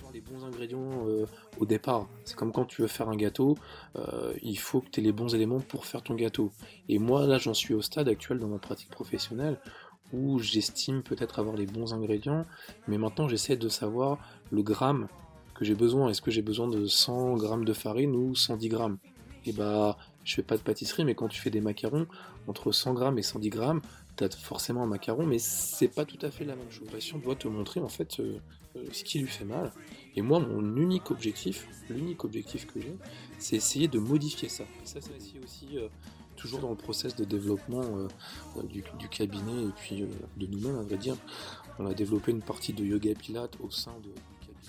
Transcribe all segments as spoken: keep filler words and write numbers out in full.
Les bons ingrédients euh, au départ, c'est comme quand tu veux faire un gâteau, euh, il faut que tu aies les bons éléments pour faire ton gâteau. Et moi, là, j'en suis au stade actuel dans ma pratique professionnelle où j'estime peut-être avoir les bons ingrédients, mais maintenant j'essaie de savoir le gramme que j'ai besoin. Est-ce que j'ai besoin de cent grammes de farine ou cent dix grammes? Et bah, je fais pas de pâtisserie, mais quand tu fais des macarons, entre cent grammes et cent dix grammes, t'as forcément un macaron, mais c'est pas tout à fait la même chose. Le patient doit te montrer en fait euh, euh, ce qui lui fait mal. Et moi, mon unique objectif, l'unique objectif que j'ai, c'est essayer de modifier ça. Et ça, c'est essayer aussi, euh, toujours dans le process de développement euh, euh, du, du cabinet et puis euh, de nous-mêmes, à vrai dire. On a développé une partie de yoga pilates au sein de, du cabinet.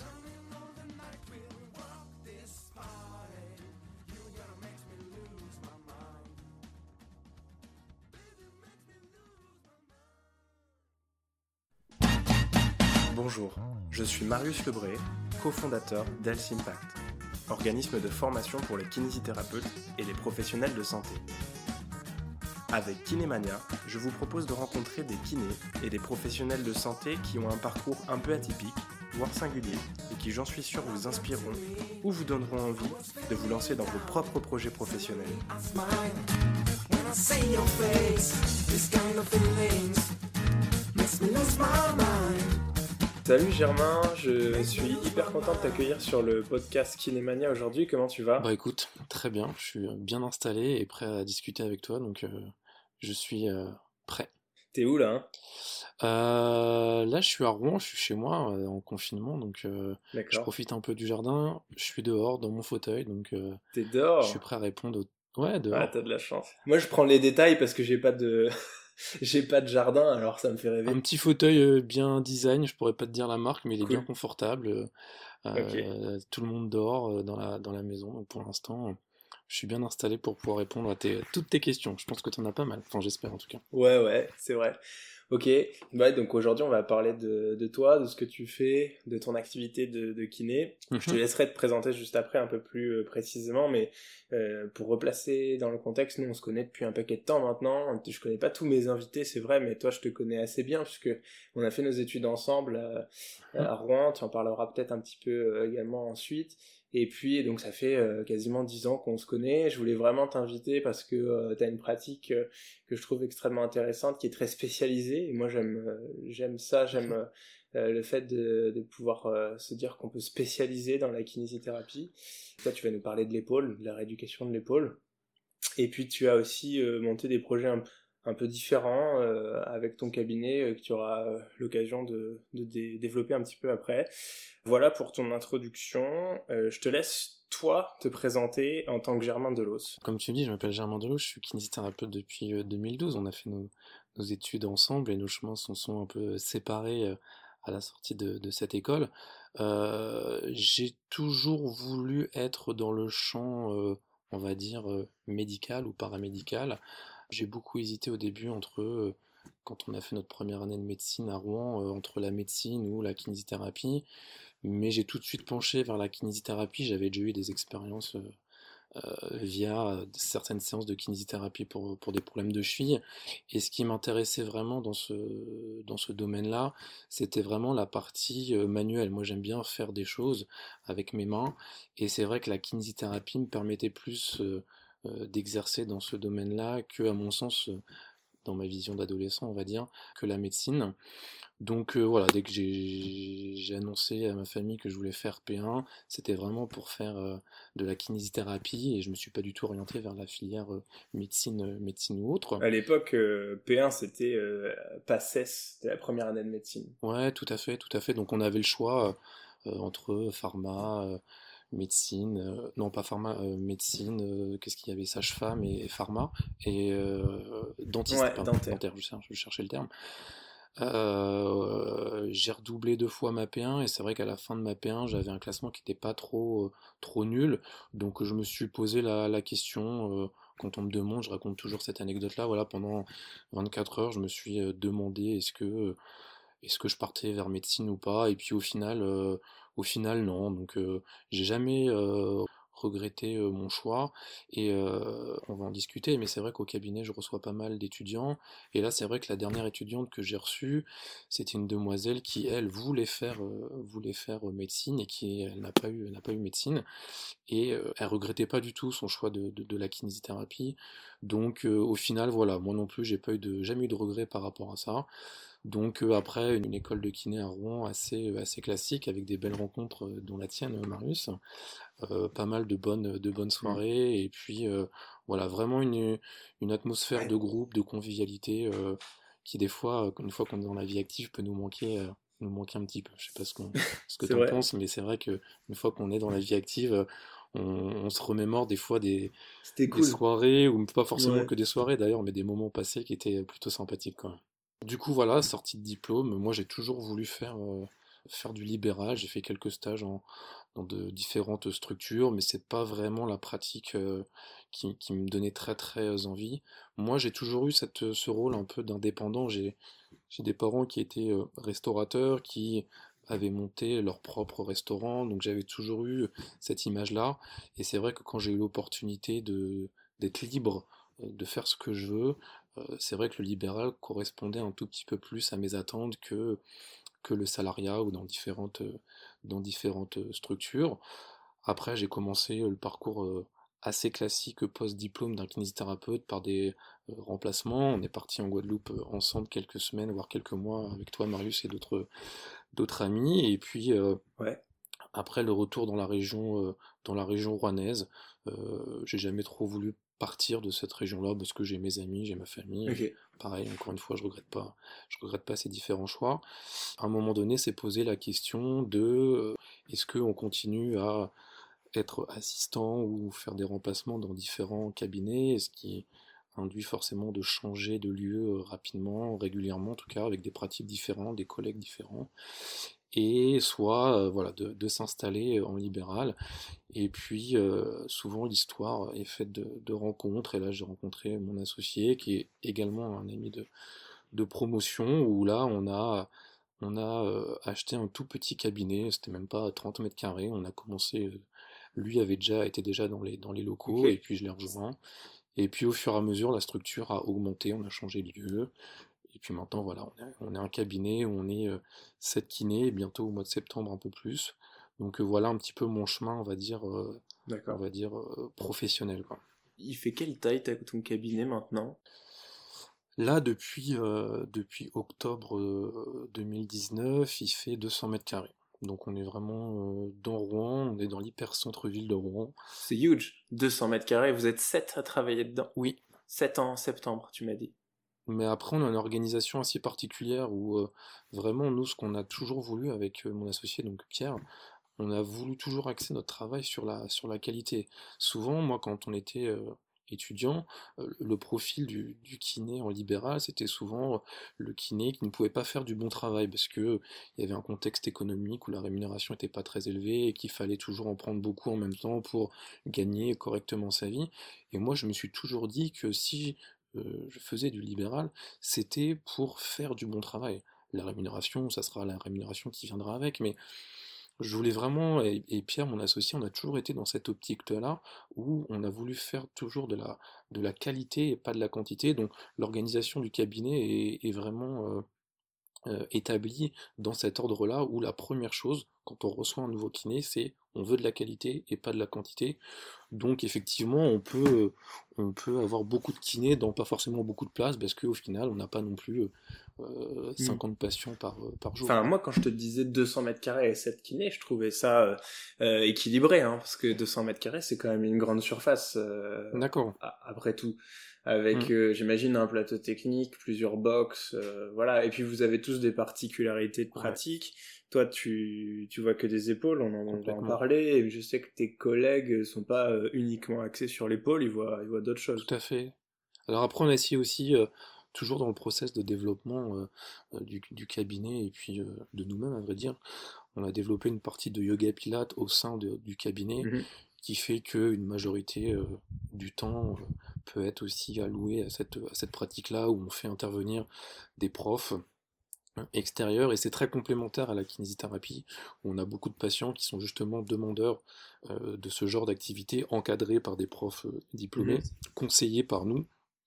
Bonjour, je suis Marius Lebré, cofondateur d'Health Impact, organisme de formation pour les kinésithérapeutes et les professionnels de santé. Avec Kinémania, je vous propose de rencontrer des kinés et des professionnels de santé qui ont un parcours un peu atypique, voire singulier, et qui, j'en suis sûr, vous inspireront ou vous donneront envie de vous lancer dans vos propres projets professionnels. Salut Germain, je suis hyper content de t'accueillir sur le podcast Kinémania aujourd'hui. Comment tu vas? Bah écoute, très bien, je suis bien installé et prêt à discuter avec toi, donc euh, je suis euh, prêt. T'es où là, hein? Euh, là, je suis à Rouen, je suis chez moi euh, en confinement, donc euh, je D'accord. profite un peu du jardin. Je suis dehors dans mon fauteuil, donc euh, T'es je suis dehors? prêt à répondre. Au... Ouais, Ah, dehors. t'as de la chance. Moi, je prends les détails parce que j'ai pas de, j'ai pas de jardin, alors ça me fait Un rêver. petit fauteuil euh, bien design, je pourrais pas te dire la marque, mais il est bien Cool. confortable. euh, Ok. euh, tout le monde dort euh, dans la, dans la maison, donc pour l'instant, euh, je suis bien installé pour pouvoir répondre à tes, toutes tes questions. Je pense que tu en as pas mal, enfin j'espère en tout cas. Ouais, ouais, c'est vrai. Ok, bah, donc aujourd'hui on va parler de, de toi, de ce que tu fais, de ton activité de, de kiné. Je te Mhm. laisserai te présenter juste après un peu plus euh, précisément, mais euh, pour replacer dans le contexte, nous on se connaît depuis un paquet de temps maintenant. Je connais pas tous mes invités, c'est vrai, mais toi je te connais assez bien puisque on a fait nos études ensemble euh, Mhm. à Rouen. Tu en parleras peut-être un petit peu euh, également ensuite. Et puis donc ça fait euh, quasiment dix ans qu'on se connaît. Je voulais vraiment t'inviter parce que euh, tu as une pratique euh, que je trouve extrêmement intéressante, qui est très spécialisée. Et moi, j'aime, euh, j'aime ça, j'aime euh, le fait de, de pouvoir euh, se dire qu'on peut spécialiser dans la kinésithérapie. Toi, tu vas nous parler de l'épaule, de la rééducation de l'épaule. Et puis, tu as aussi euh, monté des projets un, un peu différents euh, avec ton cabinet euh, que tu auras euh, l'occasion de, de dé- développer un petit peu après. Voilà pour ton introduction. Euh, je te laisse, toi, te présenter en tant que Germain Delos. Comme tu dis, je m'appelle Germain Delot, je suis kinésithérapeute depuis euh, deux mille douze. On a fait nos, nos études ensemble et nos chemins se sont un peu séparés euh, à la sortie de, de cette école. Euh, j'ai toujours voulu être dans le champ, euh, on va dire, euh, médical ou paramédical. J'ai beaucoup hésité au début entre, euh, quand on a fait notre première année de médecine à Rouen, euh, entre la médecine ou la kinésithérapie, mais j'ai tout de suite penché vers la kinésithérapie. J'avais déjà eu des expériences euh, euh, via euh, certaines séances de kinésithérapie pour, pour des problèmes de cheville. Et ce qui m'intéressait vraiment dans ce, dans ce domaine-là, c'était vraiment la partie euh, manuelle. Moi, j'aime bien faire des choses avec mes mains, et c'est vrai que la kinésithérapie me permettait plus euh, euh, d'exercer dans ce domaine-là que, à mon sens, euh, dans ma vision d'adolescent, on va dire, que la médecine. Donc euh, voilà, dès que j'ai j'ai annoncé à ma famille que je voulais faire P un, c'était vraiment pour faire euh, de la kinésithérapie et je me suis pas du tout orienté vers la filière euh, médecine, euh, médecine ou autre. À l'époque, euh, P un, c'était euh, PACES, c'était la première année de médecine. Ouais, tout à fait, tout à fait. Donc on avait le choix euh, entre pharma, euh, médecine, euh, non pas pharma, euh, médecine, euh, qu'est-ce qu'il y avait, sage-femme et pharma, et euh, dentiste, Ouais, pardon, dentaire. dentaire, je cher- je cherchais le terme. Euh, j'ai redoublé deux fois ma P un et c'est vrai qu'à la fin de ma P un, j'avais un classement qui n'était pas trop, euh, trop nul. Donc je me suis posé la, la question, euh, quand on me demande, je raconte toujours cette anecdote-là, voilà, pendant vingt-quatre heures, je me suis euh, demandé est-ce que, euh, est-ce que je partais vers médecine ou pas. Et puis au final, euh, au final non. Donc euh, j'ai jamais euh, regretté euh, mon choix et euh, on va en discuter. Mais c'est vrai qu'au cabinet, je reçois pas mal d'étudiants. Et là, c'est vrai que la dernière étudiante que j'ai reçue, c'était une demoiselle qui, elle, voulait faire, euh, voulait faire euh, médecine et qui, elle, n'a pas eu, elle n'a pas eu médecine. Et euh, elle regrettait pas du tout son choix de, de, de la kinésithérapie. Donc euh, au final, voilà, moi non plus, j'ai pas eu de, jamais eu de regrets par rapport à ça. Donc euh, après, une, une école de kiné à Rouen assez, euh, assez classique, avec des belles rencontres, euh, dont la tienne, euh, Marius. Euh, pas mal de bonnes, de bonnes Mm. soirées, et puis euh, voilà, vraiment une, une atmosphère Ouais, de groupe, de convivialité, euh, qui des fois, euh, une fois qu'on est dans la vie active, peut nous manquer, euh, nous manquer un petit peu. Je sais pas ce qu'on, ce que c'est t'en vrai. penses, mais c'est vrai que une fois qu'on est dans la vie active, euh, on, on se remémore des fois des, C'était des cool. soirées, ou pas forcément Ouais. que des soirées d'ailleurs, mais des moments passés qui étaient plutôt sympathiques, quoi. Du coup, voilà, sortie de diplôme, moi j'ai toujours voulu faire, euh, faire du libéral. J'ai fait quelques stages en, dans de différentes structures, mais c'est pas vraiment la pratique euh, qui, qui me donnait très très envie. Moi, j'ai toujours eu cette, ce rôle un peu d'indépendant. J'ai, j'ai des parents qui étaient euh, restaurateurs, qui avaient monté leur propre restaurant, donc j'avais toujours eu cette image-là. Et c'est vrai que quand j'ai eu l'opportunité de, d'être libre, euh, de faire ce que je veux, euh, c'est vrai que le libéral correspondait un tout petit peu plus à mes attentes que que le salariat ou dans différentes, euh, dans différentes euh, structures. Après, j'ai commencé euh, le parcours euh, assez classique post-diplôme d'un kinésithérapeute par des euh, remplacements. On est parti en Guadeloupe euh, ensemble quelques semaines, voire quelques mois avec toi, Marius, et d'autres d'autres amis. Et puis euh, Ouais. après le retour dans la région, euh, dans la région rouennaise, euh, j'ai jamais trop voulu partir de cette région-là parce que j'ai mes amis, j'ai ma famille. Et Ok. pareil, encore une fois, je regrette pas, je regrette pas ces différents choix. À un moment donné, s'est posé la question de euh, est-ce qu'on continue à être assistant ou faire des remplacements dans différents cabinets, ce qui induit forcément de changer de lieu euh, rapidement, régulièrement en tout cas, avec des pratiques différentes, des collègues différents, et soit euh, voilà, de, de s'installer en libéral. Et puis euh, souvent l'histoire est faite de, de rencontres, et là j'ai rencontré mon associé qui est également un ami de, de promotion, où là on a on a euh, acheté un tout petit cabinet, c'était même pas trente mètres carrés. On a commencé, euh, lui avait déjà été déjà dans les, dans les Ok. locaux, et puis je l'ai rejoint. Et puis au fur et à mesure, la structure a augmenté, on a changé de lieu. Et puis maintenant, voilà, on est, on est un cabinet où on est euh, sept kinés, et bientôt au mois de septembre un peu plus. Donc euh, voilà un petit peu mon chemin, on va dire, euh, on D'accord. va dire euh, professionnel, quoi. Il fait quelle taille ta- ton cabinet maintenant? Là, depuis, euh, depuis octobre euh, deux mille dix-neuf, il fait deux cents mètres carrés. Donc on est vraiment euh, dans Rouen, on est dans l'hyper centre-ville de Rouen. C'est huge. deux cents mètres carrés. Vous êtes sept à travailler dedans. Oui, Sept en septembre, tu m'as dit. mais après on a une organisation assez particulière où euh, vraiment nous, ce qu'on a toujours voulu avec euh, mon associé, donc Pierre, on a voulu toujours axer notre travail sur la, sur la qualité. Souvent, moi, quand on était euh, étudiant, euh, le profil du, du kiné en libéral, c'était souvent euh, le kiné qui ne pouvait pas faire du bon travail parce que euh, il y avait un contexte économique où la rémunération n'était pas très élevée et qu'il fallait toujours en prendre beaucoup en même temps pour gagner correctement sa vie. Et moi, je me suis toujours dit que si euh, je faisais du libéral, c'était pour faire du bon travail. La rémunération, ça sera la rémunération qui viendra avec, mais je voulais vraiment, et, et Pierre, mon associé, on a toujours été dans cette optique-là, où on a voulu faire toujours de la, de la qualité et pas de la quantité. Donc l'organisation du cabinet est, est vraiment euh, euh, établie dans cet ordre-là, où la première chose, quand on reçoit un nouveau kiné, c'est on veut de la qualité et pas de la quantité. Donc effectivement, on peut, on peut avoir beaucoup de kinés dans pas forcément beaucoup de place, parce qu'au final, on n'a pas non plus euh, Hmm. cinquante patients par, euh, par jour, Enfin, quoi. moi, quand je te disais deux cents mètres carrés et sept kinés, je trouvais ça euh, euh, équilibré, hein, parce que deux cents mètres carrés, c'est quand même une grande surface, euh, D'accord. a- après tout. Avec, Hmm, euh, j'imagine, un plateau technique, plusieurs box, euh, voilà. Et puis, vous avez tous des particularités de ouais, pratique. Toi, tu, tu vois que des épaules, on, en, on va en complètement. parler. Et je sais que tes collègues sont pas euh, uniquement axés sur l'épaule, ils voient, ils voient d'autres choses. Tout à fait. Alors après, on a essayé aussi, euh, toujours dans le process de développement euh, euh, du, du cabinet et puis euh, de nous-mêmes, à vrai dire, on a développé une partie de yoga pilates au sein de- du cabinet Mhm. qui fait qu'une majorité euh, du temps euh, peut être aussi allouée à cette, à cette pratique-là où on fait intervenir des profs extérieure, et c'est très complémentaire à la kinésithérapie, où on a beaucoup de patients qui sont justement demandeurs euh, de ce genre d'activité, encadrés par des profs euh, Mhm. diplômés, conseillés par nous.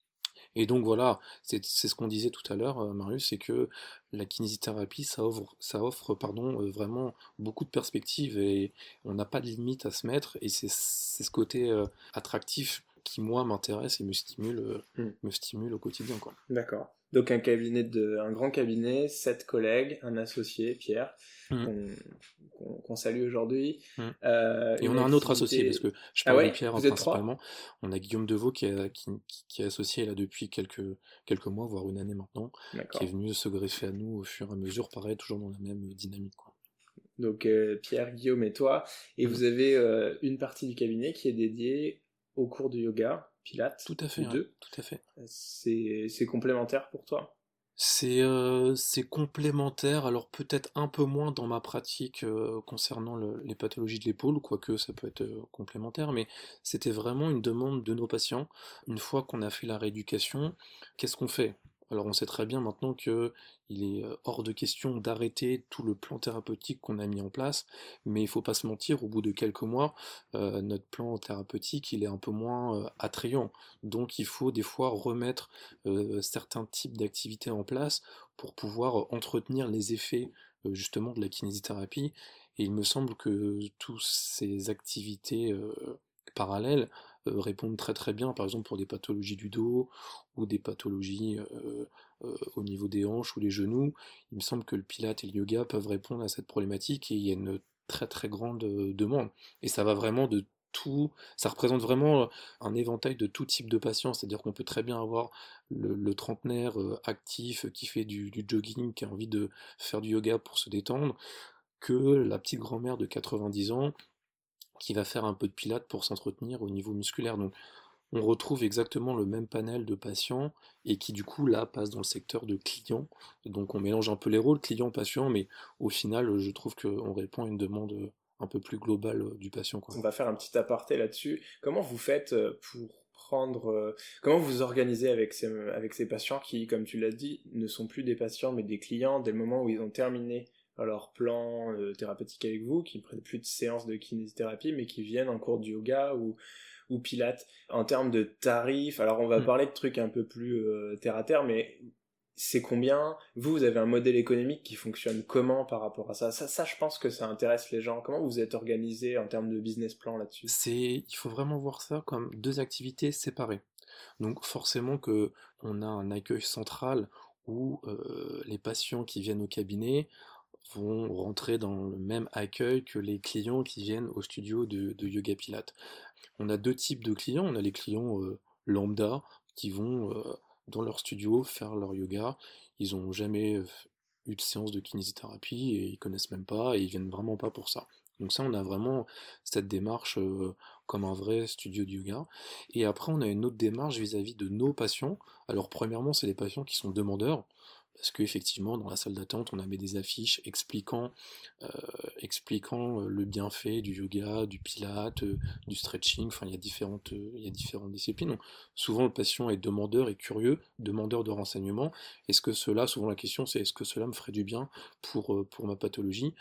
Et donc voilà, c'est c'est ce qu'on disait tout à l'heure, euh, Marius, c'est que la kinésithérapie, ça offre, ça offre pardon, euh, vraiment beaucoup de perspectives, et on n'a pas de limite à se mettre, et c'est c'est ce côté euh, attractif qui, moi, m'intéresse et me stimule, euh, Mhm. me stimule au quotidien, quoi. D'accord. Donc un cabinet de, un grand cabinet, sept collègues, un associé, Pierre, Mhm, qu'on qu'on qu'on salue aujourd'hui, mhm. euh, Et une on a un autre associé, parce activité. que je Ah parle de ouais, Pierre hein, vous êtes trois? principalement. On a Guillaume Deveau qui est, qui, qui- qui est associé là depuis quelques, quelques mois, voire une année maintenant, qui est D'accord. venu se greffer à nous au fur et à mesure, pareil, toujours dans la même dynamique, quoi. Donc euh, Pierre, Guillaume et toi, et Mhm. vous avez euh, une partie du cabinet qui est dédiée au cours de yoga, Pilates, Tout à ou fait, ouais, deux. tout à fait. C'est c'est complémentaire pour toi? C'est euh, c'est complémentaire, alors peut-être un peu moins dans ma pratique euh, concernant le- les pathologies de l'épaule, quoique ça peut être euh, complémentaire, mais c'était vraiment une demande de nos patients. Une fois qu'on a fait la rééducation, qu'est-ce qu'on fait? Alors on sait très bien maintenant que il est euh, hors de question d'arrêter tout le plan thérapeutique qu'on a mis en place, mais il faut pas se mentir, au bout de quelques mois, euh, notre plan thérapeutique il est un peu moins euh, attrayant. Donc il faut des fois remettre euh, certains types d'activités en place pour pouvoir entretenir les effets euh, justement de la kinésithérapie. Et il me semble que toutes ces activités euh, parallèles euh, répondent très très bien, par exemple pour des pathologies du dos ou des pathologies euh, euh, au niveau des hanches ou des genoux. Il me semble que le pilate et le yoga peuvent répondre à cette problématique, et il y a une très très grande euh, demande. Et ça va vraiment de tout, ça représente vraiment un éventail de tout type de patients, c'est-à-dire qu'on peut très bien avoir le, le trentenaire euh, actif qui fait du, du jogging, qui a envie de faire du yoga pour se détendre, que la petite grand-mère de quatre-vingt-dix ans qui va faire un peu de pilates pour s'entretenir au niveau musculaire. Donc on retrouve exactement le même panel de patients, et qui du coup là passe dans le secteur de clients. Donc on mélange un peu les rôles client-patient, mais au final je trouve qu'on répond à une demande euh, un peu plus globale euh, du patient, quoi. On va faire un petit aparté là-dessus. Comment vous faites euh, pour prendre, euh, comment vous organisez avec ces, avec ces patients qui, comme tu l'as dit, ne sont plus des patients mais des clients dès le moment où ils ont terminé leur plan euh, thérapeutique avec vous, qui ne prennent plus de séances de kinésithérapie mais qui viennent en cours de yoga ou, ou pilates. En termes de tarifs, alors on va Hmm. parler de trucs un peu plus euh, terre à terre, mais c'est combien? Vous, vous avez un modèle économique qui fonctionne comment par rapport à ça? Ça, ça, je pense que ça intéresse les gens. Comment vous êtes organisé en termes de business plan là-dessus? C'est, il faut vraiment voir ça comme deux activités séparées. Donc forcément que on a un accueil central où euh, les patients qui viennent au cabinet vont rentrer dans le même accueil que les clients qui viennent au studio de, de Yoga Pilates. On a deux types de clients. On a les clients euh, lambda qui vont euh, dans leur studio faire leur yoga. Ils n'ont jamais euh, eu de séance de kinésithérapie et ils connaissent même pas, et ils viennent vraiment pas pour ça. Donc ça, on a vraiment cette démarche euh, comme un vrai studio de yoga. Et après, on a une autre démarche vis-à-vis de nos patients. Alors premièrement, c'est les patients qui sont demandeurs, parce qu'effectivement, dans la salle d'attente, on a mis des affiches expliquant, euh, expliquant euh, le bienfait du yoga, du pilate, euh, du stretching. Enfin, il y a différentes, euh, il y a différentes disciplines. Donc, souvent, le patient est demandeur et curieux, demandeur de renseignements. Est-ce que cela, souvent la question, c'est est-ce que cela me ferait du bien pour, euh, pour ma pathologie?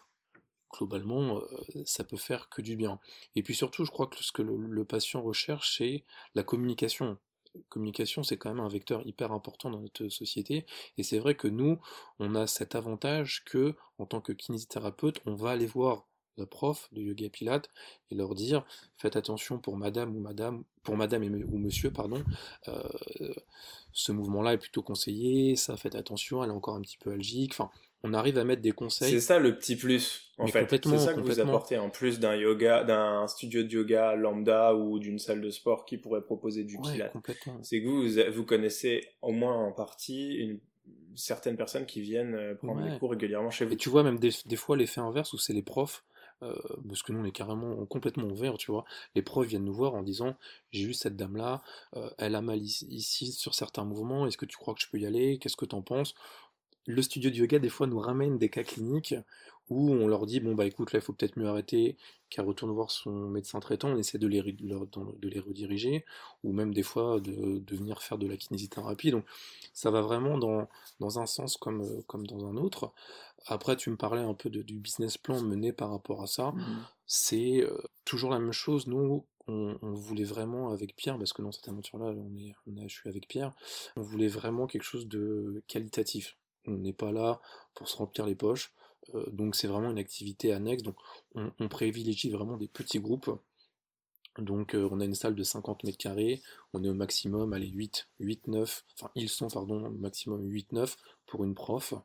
Globalement, euh, ça peut faire que du bien. Et puis surtout, je crois que ce que le, le patient recherche, c'est la communication. Communication, c'est quand même un vecteur hyper important dans notre société. Et c'est vrai que nous, on a cet avantage que, en tant que kinésithérapeute, on va aller voir la prof de yoga pilates et leur dire faites attention pour madame ou madame pour madame et, ou monsieur, pardon, euh, ce mouvement-là est plutôt conseillé, ça faites attention, elle est encore un petit peu algique. Enfin, on arrive à mettre des C'est conseils, ça le petit plus, en mais fait. C'est complètement, ça que vous complètement. apportez en plus d'un yoga, d'un studio de yoga lambda ou d'une salle de sport qui pourrait proposer du Ouais, pilates. complètement. C'est que vous, vous vous connaissez au moins en partie une, certaines personnes qui viennent euh, prendre des Ouais. cours régulièrement chez Et vous. tu vois, même des, des fois, l'effet inverse où c'est les profs, euh, parce que nous, on est carrément complètement ouverts, tu vois. Les profs viennent nous voir en disant, j'ai eu cette dame-là, euh, elle a mal ici, ici sur certains mouvements, est-ce que tu crois que je peux y aller? Qu'est-ce que t'en penses? Le studio de yoga, des fois, nous ramène des cas cliniques où on leur dit, bon bah écoute, là il faut peut-être mieux arrêter, qu'elle retourne voir son médecin traitant, on essaie de les, ri- de leur- de les rediriger, ou même des fois de, de venir faire de la kinésithérapie. Donc ça va vraiment dans, dans un sens comme, euh, comme dans un autre. Après, tu me parlais un peu de- du business plan mené par rapport à ça. Mhm. C'est euh, toujours la même chose. Nous, on, on voulait vraiment avec Pierre, parce que dans cette aventure-là, on est, on est, je suis avec Pierre, on voulait vraiment quelque chose de qualitatif. On n'est pas là pour se remplir les poches. Euh, donc c'est vraiment une activité annexe. Donc on, on privilégie vraiment des petits groupes. Donc euh, on a une salle de cinquante mètres carrés, on est au maximum, allez, huit, huit, neuf, enfin ils sont, pardon, au maximum huit, neuf pour une prof.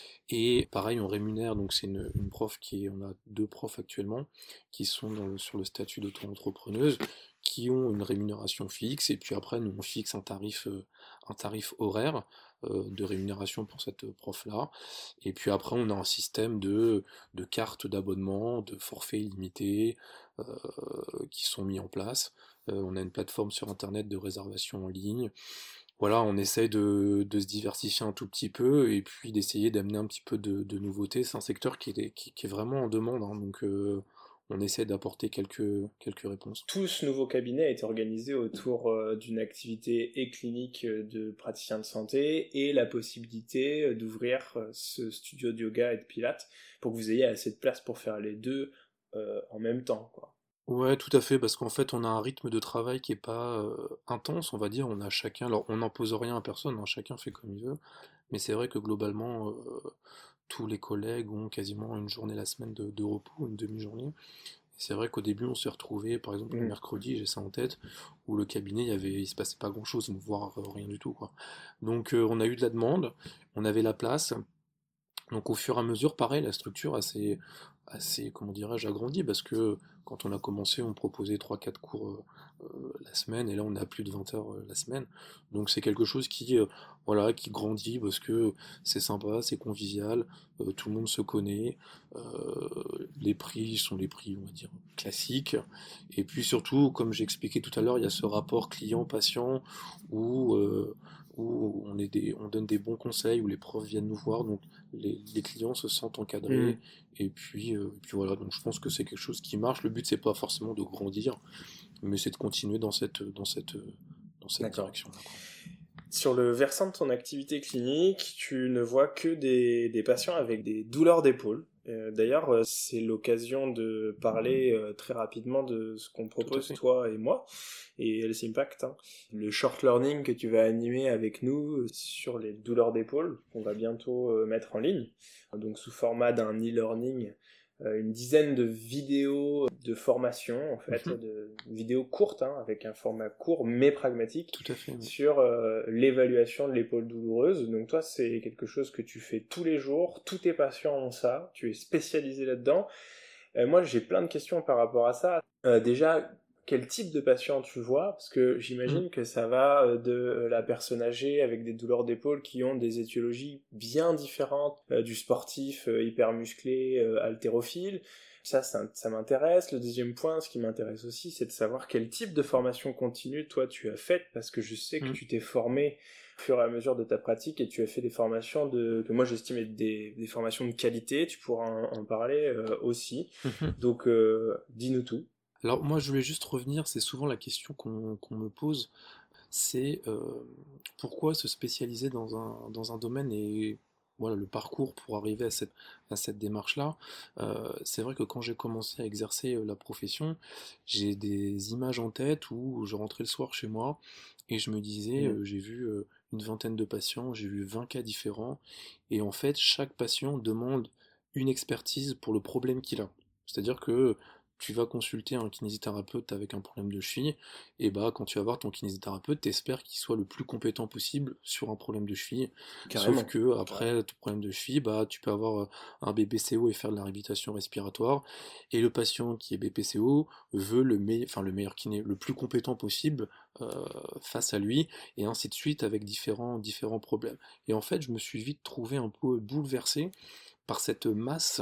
Et pareil, on rémunère, donc c'est une, une prof qui est, on a deux profs actuellement, qui sont dans le- sur le statut d'auto-entrepreneuse, qui ont une rémunération fixe, et puis après, nous, on fixe un tarif, euh, un tarif horaire euh, de rémunération pour cette prof-là. Et puis après, on a un système de, de cartes d'abonnement, de forfaits illimités, euh, qui sont mis en place. Euh, on a une plateforme sur Internet de réservation en ligne. Voilà, on essaye de, de se diversifier un tout petit peu et puis d'essayer d'amener un petit peu de, de nouveautés. C'est un secteur qui est, qui, qui est vraiment en demande, hein, donc euh, on essaie d'apporter quelques, quelques réponses. Tout ce nouveau cabinet a été organisé autour euh, d'une activité et clinique euh, de praticien de santé et la possibilité euh, d'ouvrir euh, ce studio de yoga et de pilates pour que vous ayez assez de place pour faire les deux euh, en même temps, quoi. Ouais, tout à fait, parce qu'en fait, on a un rythme de travail qui est pas euh, intense, on va dire. On a chacun, alors on n'impose rien à personne, hein, chacun fait comme il veut, mais c'est vrai que globalement, euh, tous les collègues ont quasiment une journée la semaine de, de repos, une demi-journée. C'est vrai qu'au début, on s'est retrouvé, par exemple, le Mhm. mercredi, j'ai ça en tête, où le cabinet, il y avait, il se passait pas grand-chose, voire euh, rien du tout, quoi. Donc, euh, on a eu de la demande, on avait la place. Donc, au fur et à mesure, pareil, la structure a assez, assez, comment dirais-je, agrandi, parce que quand on a commencé, on proposait trois quatre cours euh, euh, la semaine, et là, on a plus de vingt heures euh, la semaine. Donc, c'est quelque chose qui, euh, voilà, qui grandit, parce que c'est sympa, c'est convivial, euh, tout le monde se connaît, euh, les prix sont les prix, on va dire, classiques. Et puis surtout, comme j'ai expliqué tout à l'heure, il y a ce rapport client-patient où, euh, où on, est des, on donne des bons conseils, où les profs viennent nous voir, donc les, les clients se sentent encadrés. Mhm. Et puis, euh, et puis voilà, donc je pense que c'est quelque chose qui marche. Le but, c'est pas forcément de grandir, mais c'est de continuer dans cette, dans cette, dans cette D'accord. direction-là, quoi. Sur le versant de ton activité clinique, tu ne vois que des, des patients avec des douleurs d'épaule. Euh, D'ailleurs, euh, c'est l'occasion de parler euh, très rapidement de ce qu'on Tout à propose, fait. toi et moi, et Health Impact, hein. Le short learning que tu vas animer avec nous euh, sur les douleurs d'épaule, qu'on va bientôt euh, mettre en ligne, donc sous format d'un e-learning, euh, une dizaine de vidéos de formation, en fait, Mhm. de vidéos courtes, hein, avec un format court mais pragmatique, Tout à fait, oui. sur euh, l'évaluation de l'épaule douloureuse. Donc toi, c'est quelque chose que tu fais tous les jours, tous tes patients ont ça, tu es spécialisé là-dedans. Euh, moi, j'ai plein de questions par rapport à ça. Euh, déjà, quel type de patient tu vois? Parce que Mm. j'imagine que ça va euh, de la personne âgée avec des douleurs d'épaule qui ont des étiologies bien différentes euh, du sportif euh, hyper musclé, euh, haltérophile. Ça, ça, ça m'intéresse. Le deuxième point, ce qui m'intéresse aussi, c'est de savoir quel type de formation continue toi tu as faite, parce que je sais que Mm. tu t'es formé au fur et à mesure de ta pratique et tu as fait des formations de, que moi j'estime être des, des formations de qualité. Tu pourras en, en parler euh, aussi. Mhm. Donc, euh, dis-nous tout. Alors moi je voulais juste revenir, c'est souvent la question qu'on qu'on me pose, c'est euh, pourquoi se spécialiser dans un, dans un domaine et voilà le parcours pour arriver à cette, à cette démarche-là. Euh, c'est vrai que quand j'ai commencé à exercer euh, la profession, j'ai des images en tête où je rentrais le soir chez moi et je me disais, Mm. euh, j'ai vu euh, une vingtaine de patients, j'ai vu vingt cas différents, et en fait chaque patient demande une expertise pour le problème qu'il a. C'est-à-dire que tu vas consulter un kinésithérapeute avec un problème de cheville, et bah quand tu vas voir ton kinésithérapeute, t'espères qu'il soit le plus compétent possible sur un problème de cheville. Sauf Carrément. que Ouais. après ton problème de cheville, bah tu peux avoir euh, un B P C O et faire de la réhabilitation respiratoire, et le patient qui est B P C O veut le meilleur, enfin le meilleur kiné, le plus compétent possible euh, face à lui, et ainsi de suite avec différents différents problèmes. Et en fait, je me suis vite trouvé un peu bouleversé par cette masse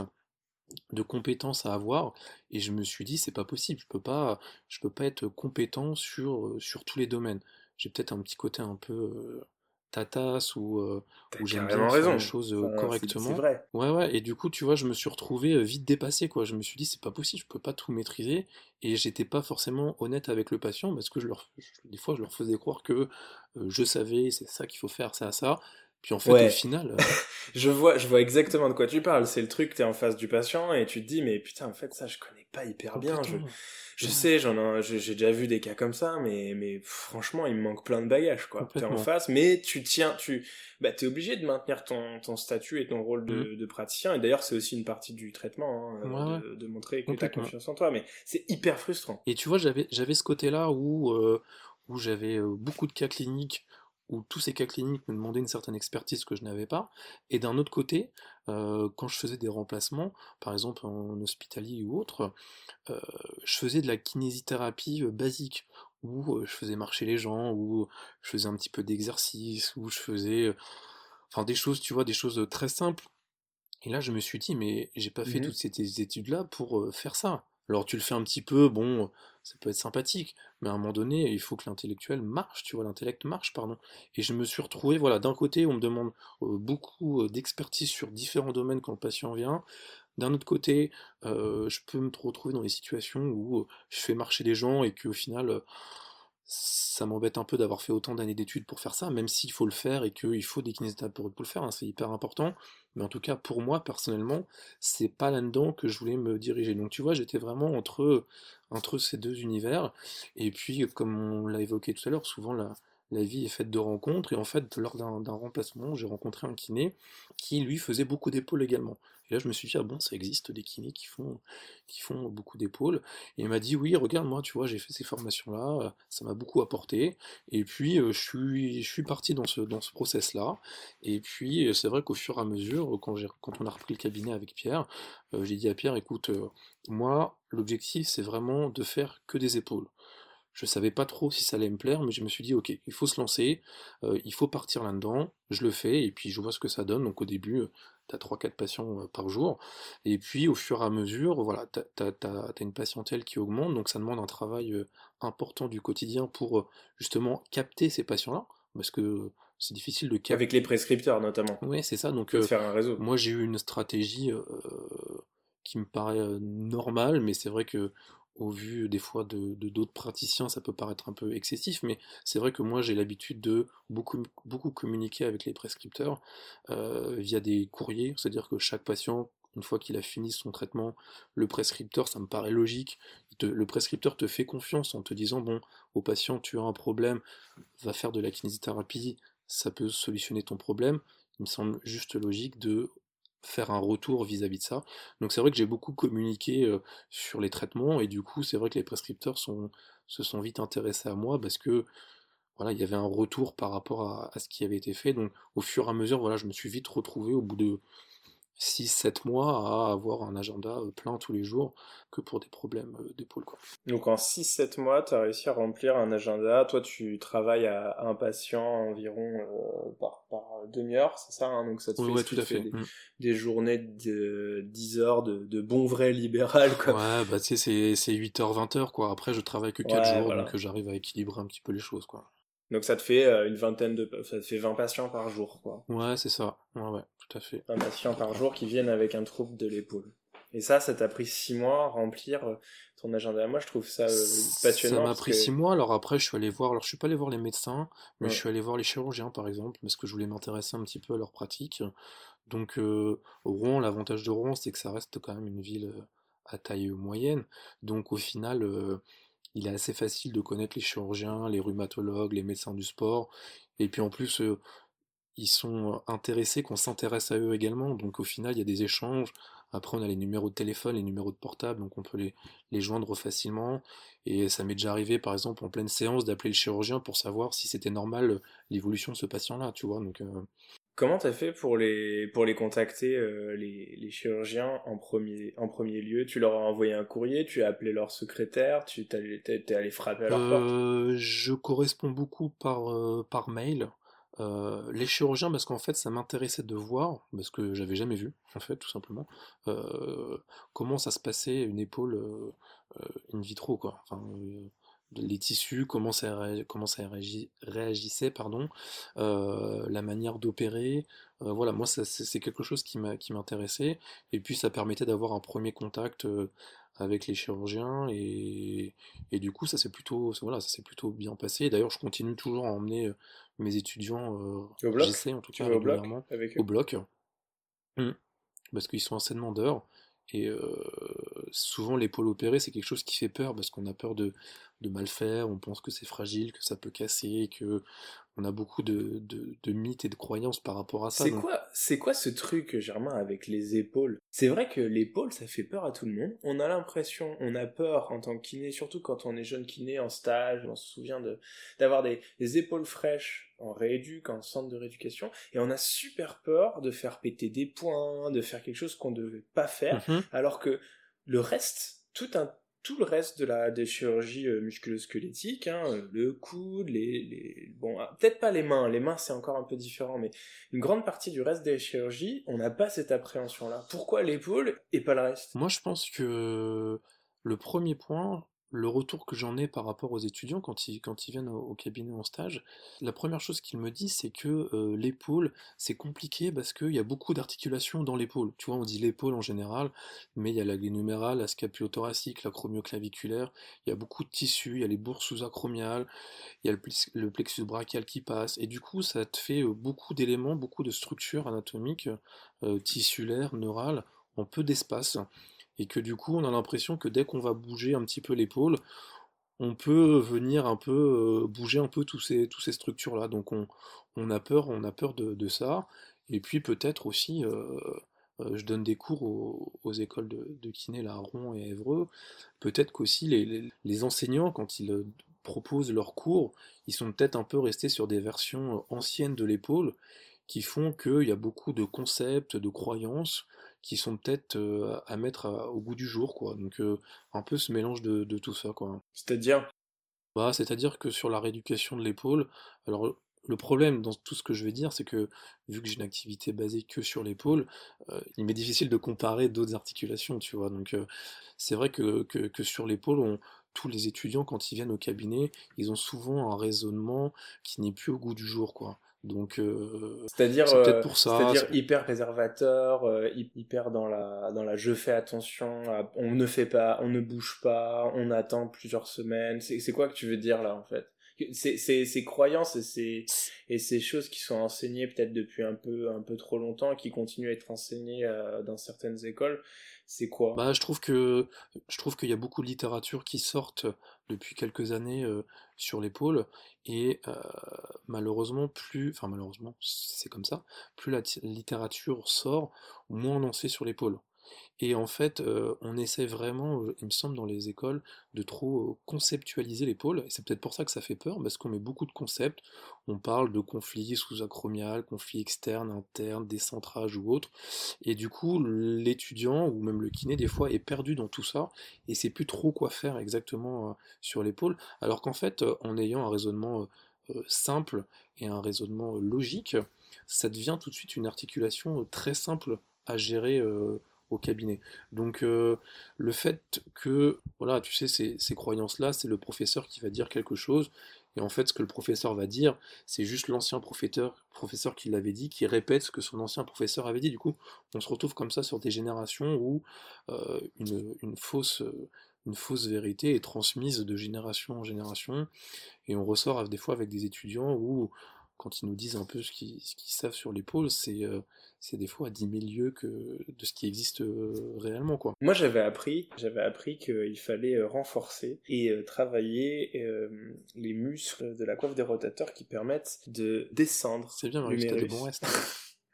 de compétences à avoir, et je me suis dit c'est pas possible, je peux pas je peux pas être compétent sur, euh, sur tous les domaines. J'ai peut-être un petit côté un peu euh, ta tasse ou, euh, T'as ou j'aime bien carrément faire les raison. choses euh, Enfin, c'est c'est correctement. vrai. Ouais, ouais, et du coup, tu vois, je me suis retrouvé euh, vite dépassé, quoi. Je me suis dit, c'est pas possible, je peux pas tout maîtriser, et j'étais pas forcément honnête avec le patient parce que je leur, je- des fois, je leur faisais croire que euh, je savais, c'est ça qu'il faut faire, ça, ça. Puis en fait, au Ouais, final, euh, je vois, je vois exactement de quoi tu parles. C'est le truc, t'es en face du patient et tu te dis, mais putain, en fait, ça, je connais pas hyper bien. Je, complètement. je Ouais, sais, j'en ai, j'ai j'ai déjà vu des cas comme ça, mais, mais franchement, il me manque plein de bagages, quoi. T'es en complètement. face, mais tu tiens, tu, bah, t'es obligé de maintenir ton, ton statut et ton rôle Mm. de, de praticien. Et d'ailleurs, c'est aussi une partie du traitement, hein, Ouais, euh, ouais, de, de montrer que t'as complètement. confiance en toi. Mais c'est hyper frustrant. Et tu vois, j'avais j'avais ce côté-là où, euh, où j'avais euh, beaucoup de cas cliniques, où tous ces cas cliniques me demandaient une certaine expertise que je n'avais pas. Et d'un autre côté, euh, quand je faisais des remplacements, par exemple en hospitalier ou autre, euh, je faisais de la kinésithérapie euh, basique, où euh, je faisais marcher les gens, où je faisais un petit peu d'exercice, où je faisais, euh, enfin des choses, tu vois, des choses très simples. Et là, je me suis dit, mais j'ai pas fait toutes Mhm. ces ces études-là pour euh, faire ça. Alors, tu le fais un petit peu, bon, ça peut être sympathique, mais à un moment donné, il faut que l'intellectuel marche, tu vois, l'intellect marche, pardon. Et je me suis retrouvé, voilà, d'un côté, on me demande euh, beaucoup euh, d'expertise sur différents domaines quand le patient vient. D'un autre côté, euh, je peux me retrouver dans des situations où euh, je fais marcher les gens et qu'au final, euh, ça m'embête un peu d'avoir fait autant d'années d'études pour faire ça, même s'il faut le faire et qu'il faut des kinésithérapeutes pour le faire, hein, c'est hyper important. Mais en tout cas, pour moi, personnellement, c'est pas là-dedans que je voulais me diriger. Donc tu vois, j'étais vraiment entre, entre ces deux univers. Et puis, comme on l'a évoqué tout à l'heure, souvent la, la vie est faite de rencontres. Et en fait, lors d'un d'un remplacement, j'ai rencontré un kiné qui, lui, faisait beaucoup d'épaules également. Et là, je me suis dit, ah bon, ça existe des kinés qui font, qui font beaucoup d'épaules. Et il m'a dit, oui, regarde, moi, tu vois, j'ai fait ces formations-là, euh, ça m'a beaucoup apporté. Et puis, euh, je suis, je suis parti dans ce, dans ce process-là. Et puis, euh, c'est vrai qu'au fur et à mesure, quand j'ai, quand on a repris le cabinet avec Pierre, euh, j'ai dit à Pierre, écoute, euh, moi, l'objectif, c'est vraiment de faire que des épaules. Je savais pas trop si ça allait me plaire, mais je me suis dit, ok, il faut se lancer, euh, il faut partir là-dedans, je le fais, et puis je vois ce que ça donne. Donc au début, tu as trois quatre patients euh, par jour, et puis au fur et à mesure, voilà, tu as, une patientèle qui augmente, donc ça demande un travail euh, important du quotidien pour euh, justement capter ces patients-là, parce que c'est difficile de capter. Avec les prescripteurs, notamment. Ouais, c'est ça, donc Faut te euh, faire un réseau. moi j'ai eu une stratégie euh, qui me paraît euh, normale, mais c'est vrai que au vu des fois de de d'autres praticiens, ça peut paraître un peu excessif, mais c'est vrai que moi j'ai l'habitude de beaucoup, beaucoup communiquer avec les prescripteurs euh, via des courriers, c'est-à-dire que chaque patient, une fois qu'il a fini son traitement, le prescripteur, ça me paraît logique, il te- le prescripteur te fait confiance en te disant, bon, au patient, tu as un problème, va faire de la kinésithérapie, ça peut solutionner ton problème. Il me semble juste logique de faire un retour vis-à-vis de ça. Donc c'est vrai que j'ai beaucoup communiqué euh, sur les traitements et du coup c'est vrai que les prescripteurs sont, se sont vite intéressés à moi parce que voilà, il y avait un retour par rapport à, à ce qui avait été fait. Donc au fur et à mesure, voilà, je me suis vite retrouvé au bout de six sept mois à avoir un agenda euh, plein tous les jours que pour des problèmes euh, d'épaule, quoi. Donc en six sept mois, tu as réussi à remplir un agenda. Toi, tu travailles à un patient environ euh, par, par demi-heure, c'est ça, hein. Donc ça te Ouais, fait, ouais, ce qui tout te à fait fait. des, Mm. des journées de dix heures de, de bon vrai libéral, quoi. Ouais, bah tu sais, c'est c'est huit heures vingt heures quoi. Après, je travaille que quatre Ouais, jours, donc voilà. euh, j'arrive à équilibrer un petit peu les choses, quoi. Donc ça te fait euh, une vingtaine de... Ça te fait vingt patients par jour, quoi. Ouais, c'est ça. Ouais, ouais, tout à fait. vingt patients À peu par près. jour qui viennent avec un trouble de l'épaule. Et ça, ça t'a pris six mois à remplir euh, ton agenda. Moi, je trouve ça euh, Ça passionnant m'a parce pris six que... mois, alors après, je suis allé voir, alors je suis pas allé voir les médecins, mais je Hum, suis allé voir les chirurgiens, par exemple, parce que je voulais m'intéresser un petit peu à leur pratique. Donc, euh, Rouen, l'avantage de Rouen, c'est que ça reste quand même une ville euh, à taille moyenne. Donc, au final, euh, il est assez facile de connaître les chirurgiens, les rhumatologues, les médecins du sport. Et puis en plus, euh, ils sont intéressés qu'on s'intéresse à eux également. Donc au final, il y a des échanges. Après, on a les numéros de téléphone, les numéros de portable, donc on peut les, les joindre facilement. Et ça m'est déjà arrivé, par exemple, en pleine séance, d'appeler le chirurgien pour savoir si c'était normal euh, l'évolution de ce patient-là, tu vois. Donc, euh, Comment t'as fait pour les, pour les contacter, euh, les, les chirurgiens en premier, en premier lieu? Tu leur as envoyé un courrier, tu as appelé leur secrétaire, tu t'es allé, t'es- t'es allé frapper à leur porte? euh, je corresponds beaucoup par, euh, par mail. Euh, les chirurgiens, parce qu'en fait, ça m'intéressait de voir, parce que j'avais jamais vu, en fait, tout simplement, euh, comment ça se passait une épaule euh, euh, in vitro, quoi. Enfin, euh, les tissus, comment ça, ré- comment ça réagi- réagissait, pardon, euh, la manière d'opérer. Euh, voilà, moi, ça, c'est c'est quelque chose qui m'a, qui m'intéressait. Et puis, ça permettait d'avoir un premier contact euh, avec les chirurgiens. Et, et du coup, ça s'est plutôt, voilà, ça s'est plutôt bien passé. D'ailleurs, je continue toujours à emmener euh, mes étudiants, euh, Au bloc? j'essaie en tout Tu cas vas au bloc régulièrement, avec au eux? bloc. Mm. Parce qu'ils sont assez demandeurs. Et euh, souvent, l'épaule opérée, c'est quelque chose qui fait peur, parce qu'on a peur de, de mal faire, on pense que c'est fragile, que ça peut casser, que on a beaucoup de, de, de mythes et de croyances par rapport à ça. C'est Donc, quoi, c'est quoi ce truc, Germain, avec les épaules? C'est vrai que l'épaule, ça fait peur à tout le monde. On a l'impression, on a peur en tant que kiné, surtout quand on est jeune kiné en stage, on se souvient de d'avoir des, des épaules fraîches en rééduc, en centre de rééducation, et on a super peur de faire péter des points, de faire quelque chose qu'on ne devait pas faire, mhm. alors que le reste, tout un tout le reste de la des chirurgies euh, musculo-squelettiques, hein, euh, le coude, les, les bon, ah, peut-être pas les mains, les mains c'est encore un peu différent, mais une grande partie du reste des chirurgies, on n'a pas cette appréhension-là. Pourquoi l'épaule et pas le reste? Moi, je pense que le premier point, le retour que j'en ai par rapport aux étudiants quand ils, quand ils viennent au, au cabinet en stage, la première chose qu'ils me disent, c'est que euh, l'épaule, c'est compliqué parce qu'il y a beaucoup d'articulations dans l'épaule. Tu vois, on dit l'épaule en général, mais il y a la glénumérale, la scapulo-thoracique, l'acromioclaviculaire, il y a beaucoup de tissus, il y a les bourses sous-acromiales, il y a le, plex- le plexus brachial qui passe, et du coup, ça te fait euh, beaucoup d'éléments, beaucoup de structures anatomiques, euh, tissulaires, neurales, en peu d'espace, et que du coup, on a l'impression que dès qu'on va bouger un petit peu l'épaule, on peut venir un peu euh, bouger un peu tous ces, tous ces structures-là. Donc on, on a peur, on a peur de, de ça. Et puis peut-être aussi, euh, euh, je donne des cours aux, aux écoles de, de kiné là, à Rouen et à Évreux. Peut-être qu'aussi les, les- les enseignants, quand ils euh, proposent leurs cours, ils sont peut-être un peu restés sur des versions euh, anciennes de l'épaule, qui font qu'il y a beaucoup de concepts, de croyances, qui sont peut-être euh, à mettre à- au goût du jour, quoi. Donc euh, un peu ce mélange de, de tout ça, quoi. C'est-à-dire, Bah, c'est-à-dire que sur la rééducation de l'épaule, alors le problème dans tout ce que je vais dire, c'est que vu que j'ai une activité basée que sur l'épaule, euh, il m'est difficile de comparer d'autres articulations, tu vois. Donc euh, c'est vrai que, que, que sur l'épaule, on- tous les étudiants, quand ils viennent au cabinet, ils ont souvent un raisonnement qui n'est plus au goût du jour, quoi. Donc euh, c'est-à-dire, c'est peut-être euh, pour ça. c'est-à-dire c'est- hyper préservateur, euh, hy- hyper dans la, dans la je fais attention, à- on ne fait pas, on ne bouge pas, on attend plusieurs semaines. C'est, c'est quoi que tu veux dire là en fait? C'est, c'est, ces croyances et ces, et ces choses qui sont enseignées peut-être depuis un peu, un peu trop longtemps, qui continuent à être enseignées euh, dans certaines écoles, c'est quoi? Bah, je trouve que je trouve qu'il y a beaucoup de littérature qui sortent depuis quelques années euh, sur l'épaule et euh, malheureusement plus, enfin malheureusement c'est comme ça, plus la ti- littérature sort, moins on en sait sur l'épaule. Et en fait, euh, on essaie vraiment, euh, il me semble, dans les écoles, de trop euh, conceptualiser l'épaule. Et c'est peut-être pour ça que ça fait peur, parce qu'on met beaucoup de concepts. On parle de conflits sous-acromial, conflits externes, internes, décentrage ou autres. Et du coup, l'étudiant ou même le kiné, des fois, est perdu dans tout ça et sait plus trop quoi faire exactement euh, sur l'épaule. Alors qu'en fait, euh, en ayant un raisonnement euh, euh, simple et un raisonnement euh, logique, ça devient tout de suite une articulation euh, très simple à gérer euh, au cabinet. Donc euh, le fait que, voilà, tu sais, ces, ces croyances-là, c'est le professeur qui va dire quelque chose, et en fait, ce que le professeur va dire, c'est juste l'ancien professeur, professeur qui l'avait dit, qui répète ce que son ancien professeur avait dit. Du coup, on se retrouve comme ça sur des générations où euh, une, une fausse, euh, une fausse vérité est transmise de génération en génération, et on ressort à- des fois avec des étudiants où, quand ils nous disent un peu ce qu'ils ce qu'ils savent sur l'épaule, c'est euh, c'est des fois à dix mille lieues que, de ce qui existe euh, réellement, quoi. Moi, j'avais appris, j'avais appris qu'il fallait euh, renforcer et euh, travailler euh, les muscles de la coiffe des rotateurs qui permettent de descendre C'est bien, Marius, t'as de bons l'humérus restes, hein.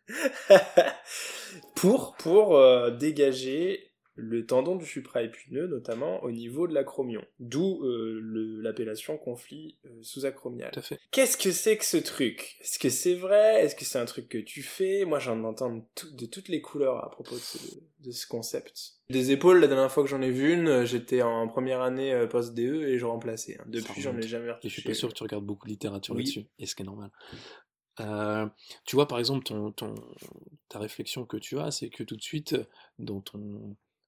pour pour euh, dégager le tendon du supraépineux, notamment au niveau de l'acromion, d'où euh, le- l'appellation conflit euh, sous-acromial. Tout à fait. Qu'est-ce que c'est que ce truc? Est-ce que c'est vrai? Est-ce que c'est un truc que tu fais? Moi, j'en entends de, tout- de toutes les couleurs à propos de ce, de ce concept. Des épaules, la dernière fois que j'en ai vu une, euh, j'étais en première année euh, post-D E et je remplaçais, hein. Ça Depuis, j'en ai remonte. jamais Et je suis pas retouché sûr une. que tu regardes beaucoup de littérature Oui. là-dessus, et ce qui est normal. Euh, Tu vois, par exemple, ton, ton- ta réflexion que tu as, c'est que tout de suite, dans ton,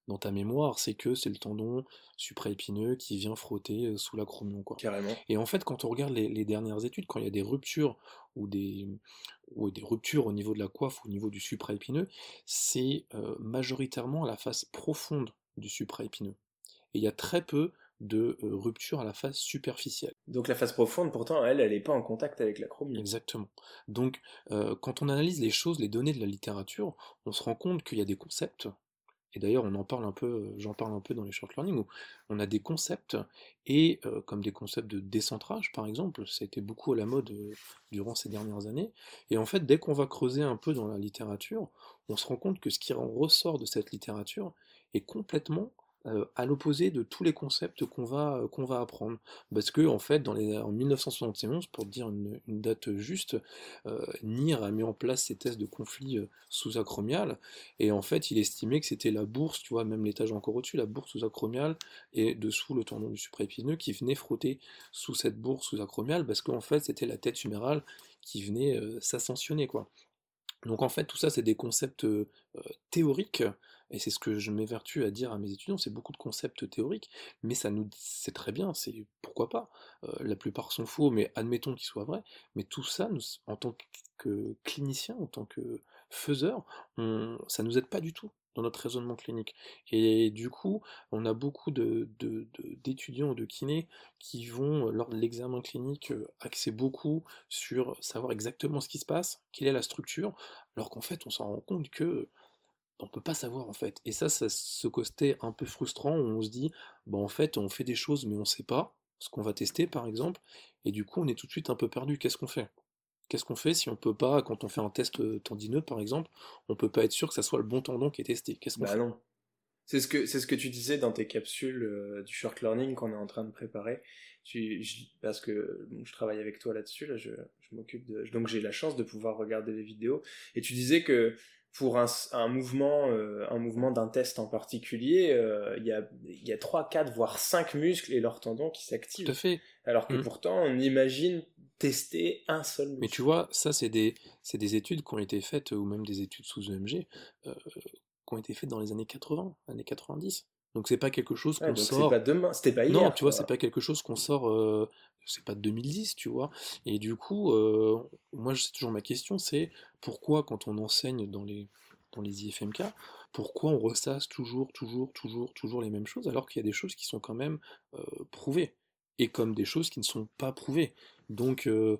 dans ta mémoire, c'est que c'est le tendon supraépineux qui vient frotter euh, sous l'acromion, quoi. Carrément. Et en fait, quand on regarde les, les dernières études, quand il y a des ruptures ou des, ou des ruptures au niveau de la coiffe, au niveau du supraépineux, c'est euh, majoritairement à la face profonde du supraépineux. Et il y a très peu de euh, ruptures à la face superficielle. Donc la phase profonde, pourtant, elle, elle n'est pas en contact avec l'acromion. Exactement. Donc, euh, quand on analyse les choses, les données de la littérature, on se rend compte qu'il y a des concepts, et d'ailleurs on en parle un peu, euh, j'en parle un peu dans les short learning, où on a des concepts, et euh, comme des concepts de décentrage par exemple, ça a été beaucoup à la mode euh, durant ces dernières années, et en fait dès qu'on va creuser un peu dans la littérature, on se rend compte que ce qui en ressort de cette littérature est complètement euh, à l'opposé de tous les concepts qu'on va, euh, qu'on va apprendre. Parce que en fait, dans les, en mille neuf cent soixante et onze, pour dire une, une date juste, euh, Neer a mis en place ces tests de conflit euh, sous-acromial, et en fait, il estimait que c'était la bourse, tu vois, même l'étage encore au-dessus, la bourse sous-acromiale, et dessous le tendon du supraépineux, qui venait frotter sous cette bourse sous-acromiale, parce qu'en fait, c'était la tête humérale qui venait euh, s'ascensionner, quoi. Donc en fait, tout ça, c'est des concepts euh, euh, théoriques, et c'est ce que je m'évertue à dire à mes étudiants, c'est beaucoup de concepts théoriques, mais ça nous, c'est très bien, c'est pourquoi pas. Euh, la plupart sont faux, mais admettons qu'ils soient vrais. Mais tout ça, nous, en tant que clinicien, en tant que faiseur, on, ça nous aide pas du tout dans notre raisonnement clinique. Et du coup, on a beaucoup de, de- de- d'étudiants de kinés qui vont, euh, lors de l'examen clinique, euh, axer beaucoup sur savoir exactement ce qui se passe, quelle est la structure, alors qu'en fait, on s'en rend compte que on peut pas savoir en fait. Et ça, ça ce côté un peu frustrant où on se dit, bah en fait, on fait des choses mais on sait pas ce qu'on va tester par exemple, et du coup, on est tout de suite un peu perdu. Qu'est-ce qu'on fait? Qu'est-ce qu'on fait si on peut pas, quand on fait un test euh, tendineux par exemple, on peut pas être sûr que ça soit le bon tendon qui est testé. Qu'est-ce qu'on Bah fait? non. C'est ce que c'est ce que tu disais dans tes capsules euh, du short learning qu'on est en train de préparer. Tu, je- parce que bon, je travaille avec toi là-dessus, là, je, je m'occupe de, donc j'ai la chance de pouvoir regarder les vidéos. Et tu disais que pour un, un mouvement, euh, un mouvement d'un test en particulier, euh, il y a il y a trois, quatre, voire cinq muscles et leurs tendons qui Tout à s'activent. fait. Alors que Mm. pourtant on imagine tester un seul Mais tu muscle. vois, ça c'est des, c'est des études qui ont été faites, ou même des études sous E M G, euh, qui ont été faites dans les années quatre-vingts, années quatre-vingt-dix. Donc c'est pas quelque chose Ouais, qu'on donc c'est pas sort. demain, c'était pas Non, hier, tu vois, c'est quoi. pas quelque chose qu'on sort, euh, c'est pas de deux mille dix, tu vois. Et du coup, euh, moi, c'est toujours ma question, c'est pourquoi quand on enseigne dans les, dans les I F M K, pourquoi on ressasse toujours, toujours, toujours, toujours les mêmes choses, alors qu'il y a des choses qui sont quand même euh, prouvées, et comme des choses qui ne sont pas prouvées. Donc, euh,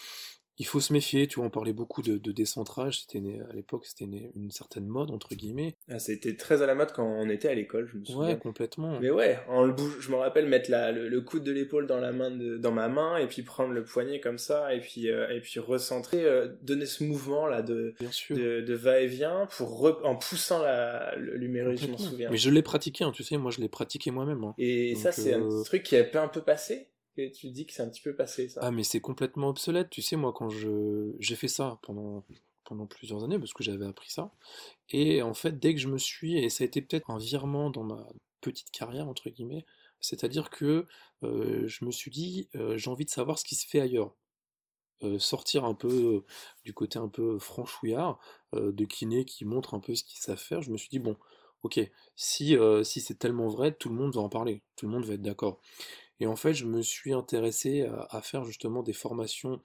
il faut se méfier, tu vois, on parlait beaucoup de, de décentrage, c'était né- à l'époque, c'était né- une certaine mode, entre guillemets. Ah, c'était très à la mode quand on était à l'école, je me Ouais, souviens. complètement. Mais ouais, en le bouge, je me rappelle mettre la, le, le coude de l'épaule dans la main de, dans ma main et puis prendre le poignet comme ça et puis euh, et puis recentrer, euh, donner ce mouvement là de Bien sûr. de, de va-et-vient pour re- en poussant la le- l'humérus, je m'en Complètement. souviens. Mais je l'ai pratiqué, hein, tu sais, moi je l'ai pratiqué moi-même, hein. Et ça Donc, c'est un euh, petit truc qui a un peu passé. Et tu dis que c'est un petit peu passé ah, ça. mais c'est complètement obsolète. Tu sais, moi, quand je j'ai fait ça pendant pendant plusieurs années parce que j'avais appris ça. Et en fait, dès que je me suis, et ça a été peut-être un virement dans ma petite carrière entre guillemets, c'est-à-dire que euh, je me suis dit, euh, j'ai envie de savoir ce qui se fait ailleurs. Euh, sortir un peu euh, du côté un peu franchouillard euh, de kiné qui montre un peu ce qu'ils savent faire. Je me suis dit, bon, ok, si, euh, si c'est tellement vrai, tout le monde va en parler, tout le monde va être d'accord. Et en fait, je me suis intéressé à, à faire justement des formations.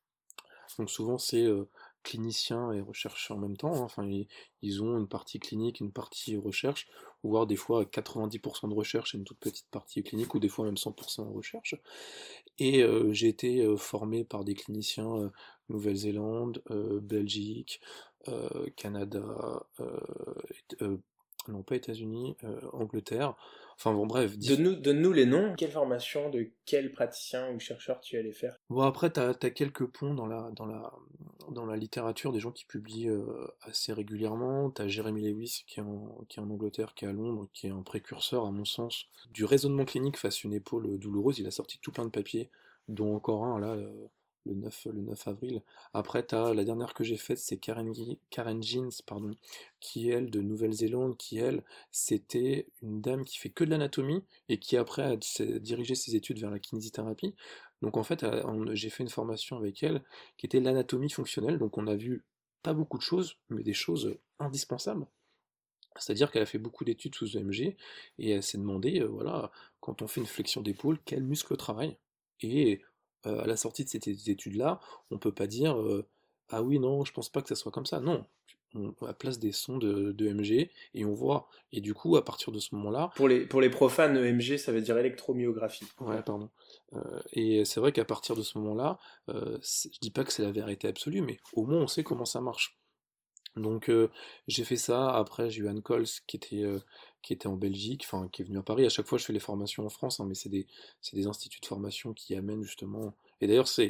Donc souvent, c'est euh, clinicien et rechercheur en même temps, hein. Enfin, ils, ils ont une partie clinique, une partie recherche, voire des fois quatre-vingt-dix pour cent de recherche et une toute petite partie clinique, ou des fois même cent pour cent en recherche. Et euh, j'ai été euh, formé par des cliniciens euh, Nouvelle-Zélande, euh, Belgique, euh, Canada, euh, et- euh, non pas États-Unis, euh, Angleterre. Enfin bon, bref, diff- Donne-nous donne-nous les noms. Quelle formation de quel praticien ou chercheur tu allais faire? bon, après, t'as, t'as quelques ponts dans la, dans la, dans la littérature, des gens qui publient euh, assez régulièrement. T'as Jeremy Lewis qui est, en, qui est en Angleterre, qui est à Londres, qui est un précurseur, à mon sens, du raisonnement clinique face à une épaule douloureuse. Il a sorti tout plein de papiers, dont encore un là, euh, le neuf, le neuf avril. Après, t'as la dernière que j'ai faite, c'est Karen, Gi- Karen Jeans, pardon, qui elle, de Nouvelle-Zélande, qui elle, c'était une dame qui fait que de l'anatomie et qui après a s'est dirigé ses études vers la kinésithérapie. Donc en fait, euh, on- j'ai fait une formation avec elle qui était l'anatomie fonctionnelle. Donc on a vu pas beaucoup de choses, mais des choses indispensables. C'est-à-dire qu'elle a fait beaucoup d'études sous E M G et elle s'est demandé, euh, voilà, quand on fait une flexion d'épaule, quel muscle travaille? Et euh, à la sortie de ces études-là, on peut pas dire euh, ah oui, non, je pense pas que ça soit comme ça. Non, on on place des sons de, de E M G et on voit. Et du coup, à partir de ce moment-là, Pour les, pour les profanes, E M G, ça veut dire électromyographie. ouais, pardon. Euh, et c'est vrai qu'à partir de ce moment-là, euh, c'est- je dis pas que c'est la vérité absolue, mais au moins on sait comment ça marche. Donc euh, j'ai fait ça, après j'ai eu Anne Cols qui était, euh, qui était en Belgique, enfin qui est venue à Paris. À chaque fois je fais les formations en France, hein, mais c'est des, c'est des instituts de formation qui amènent justement. Et d'ailleurs c'est,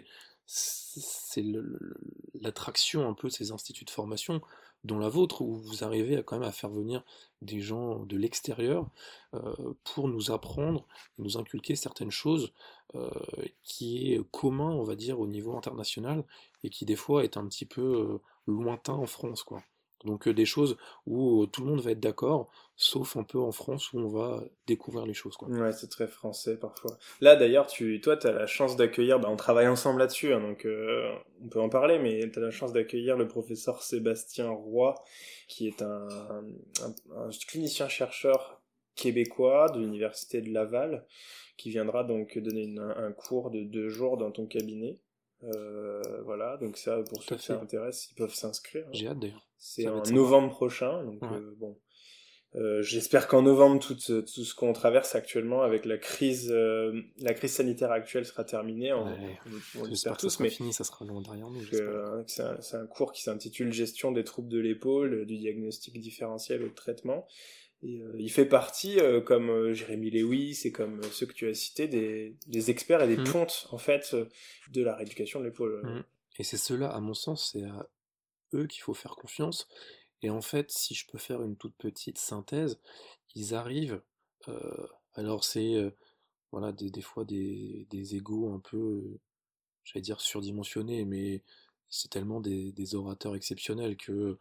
c'est le- le- l'attraction un peu de ces instituts de formation, dont la vôtre, où vous arrivez à quand même à faire venir des gens de l'extérieur euh, pour nous apprendre, nous inculquer certaines choses euh, qui est commun, on va dire, au niveau international, et qui des fois est un petit peu euh, lointain en France, quoi. Donc euh, des choses où euh, tout le monde va être d'accord, sauf un peu en France où on va découvrir les choses, quoi. Ouais, c'est très français parfois. Là, d'ailleurs, tu, toi, tu as la chance d'accueillir, bah, on travaille ensemble là-dessus, hein, donc euh, on peut en parler, mais tu as la chance d'accueillir le professeur Sébastien Roy, qui est un, un, un clinicien chercheur québécois de l'université de Laval, qui viendra donc donner une- un cours de deux jours dans ton cabinet. Euh, voilà, donc ça, pour Tout ceux à que ça fait. intéresse, ils peuvent s'inscrire, hein. J'ai hâte d'ailleurs. C'est Ça va en être sympa. novembre prochain, donc Ouais. euh, bon. Euh, j'espère qu'en novembre, tout, ce- tout ce qu'on traverse actuellement avec la crise, euh, la crise sanitaire actuelle sera terminée. On, Ouais. on- on J'espère l'espère que ça tous, sera mais fini, ça sera loin derrière nous, que, j'espère. euh, que c'est un, c'est un cours qui s'intitule Gestion des troubles de l'épaule, euh, du diagnostic différentiel au traitement. Et euh, il fait partie, euh, comme euh, Jérémy Lewis et comme euh, ceux que tu as cités, des, des experts et des Mhm. pontes en fait euh, de la rééducation de l'épaule. Mhm. Et c'est cela, à mon sens, c'est à eux qu'il faut faire confiance. Et en fait, si je peux faire une toute petite synthèse, ils arrivent. euh, alors c'est euh, voilà des, des fois des, des égos un peu, euh, j'allais dire surdimensionnés, mais c'est tellement des, des orateurs exceptionnels que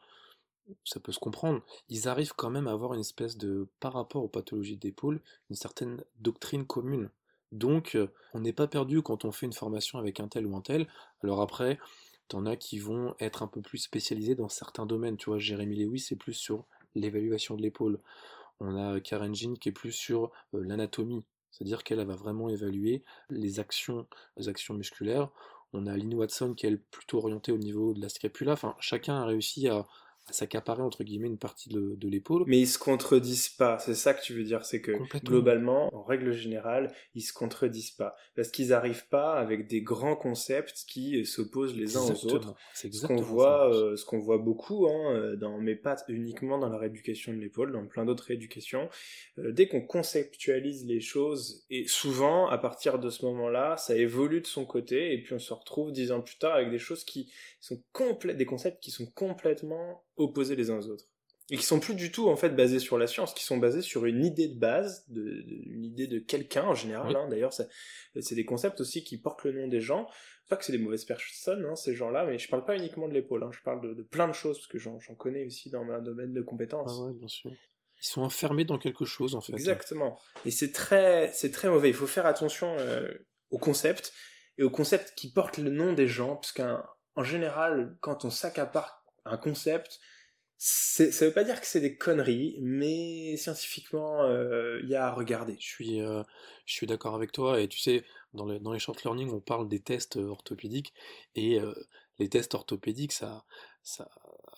ça peut se comprendre. Ils arrivent quand même à avoir une espèce de, par rapport aux pathologies d'épaule, une certaine doctrine commune. Donc, euh, on n'est pas perdu quand on fait une formation avec un tel ou un tel. Alors après, t'en as qui vont être un peu plus spécialisés dans certains domaines. Tu vois, Jérémy Lewis, c'est plus sur l'évaluation de l'épaule. On a Karen Jean qui est plus sur euh, l'anatomie. C'est-à-dire qu'elle elle va vraiment évaluer les actions, les actions musculaires. On a Lynn Watson qui est elle, plutôt orientée au niveau de la scapula. Enfin, chacun a réussi à, à s'accaparer entre guillemets une partie de, de l'épaule. Mais ils se contredisent pas, c'est ça que tu veux dire, c'est que Complètement. globalement, en règle générale, ils se contredisent pas. Parce qu'ils n'arrivent pas avec des grands concepts qui euh, s'opposent les uns aux autres. Exactement. C'est Ce qu'on exactement ça en voit, plus. euh, ce qu'on voit beaucoup, hein, euh, dans, mais pas uniquement dans la rééducation de l'épaule, dans plein d'autres rééducations, euh, dès qu'on conceptualise les choses, et souvent, à partir de ce moment-là, ça évolue de son côté, et puis on se retrouve dix ans plus tard avec des choses qui sont complètes, des concepts qui sont complètement opposés les uns aux autres et qui sont plus du tout en fait basés sur la science, qui sont basés sur une idée de base, de, de- une idée de quelqu'un en général. Oui. Hein. D'ailleurs, ça- c'est des concepts aussi qui portent le nom des gens. C'est pas que c'est des mauvaises personnes, hein, ces gens-là, mais je parle pas uniquement de l'épaule. Hein. Je parle de, de plein de choses parce que j'en j'en connais aussi dans mon domaine de Ah compétences. ouais, bien sûr. Ils sont enfermés dans quelque chose en fait. Exactement. Et c'est très, c'est très mauvais. Il faut faire attention euh, aux concepts et aux concepts qui portent le nom des gens, parce qu'en général, quand on s'accapare un concept, c'est, ça veut pas dire que c'est des conneries, mais scientifiquement, euh, il y a à regarder. Je suis, euh, je suis d'accord avec toi. Et tu sais, dans, le- dans les short learning, on parle des tests euh, orthopédiques. Et euh, les tests orthopédiques, ça, ça,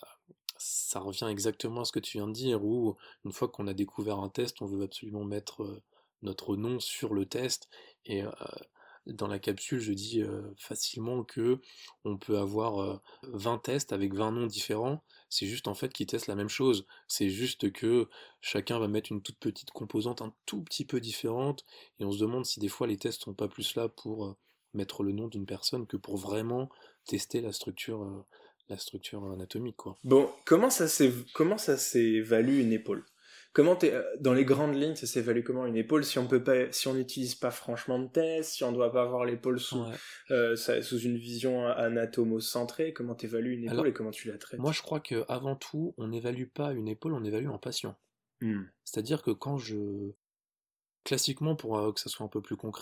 ça revient exactement à ce que tu viens de dire, où une fois qu'on a découvert un test, on veut absolument mettre euh, notre nom sur le test. Et euh, dans la capsule, je dis euh, facilement que on peut avoir euh, vingt tests avec vingt noms différents. C'est juste en fait qu'ils testent la même chose. C'est juste que chacun va mettre une toute petite composante un tout petit peu différente. Et on se demande si des fois les tests sont pas plus là pour euh, mettre le nom d'une personne que pour vraiment tester la structure, euh, la structure anatomique, quoi. Bon, comment ça s'é- comment ça s'évalue une épaule? Comment t'es, euh, dans les grandes lignes, ça s'évalue comment une épaule si on peut pas, si on n'utilise pas franchement de test, si on doit pas avoir l'épaule sous, Ouais. euh, ça- sous une vision anatomocentrée, comment t'évalues une épaule Alors, et comment tu la moi traites? je crois que avant tout, on n'évalue pas une épaule, on évalue un patient. Hmm. C'est-à-dire que quand je, classiquement, pour euh, que ça soit un peu plus concret,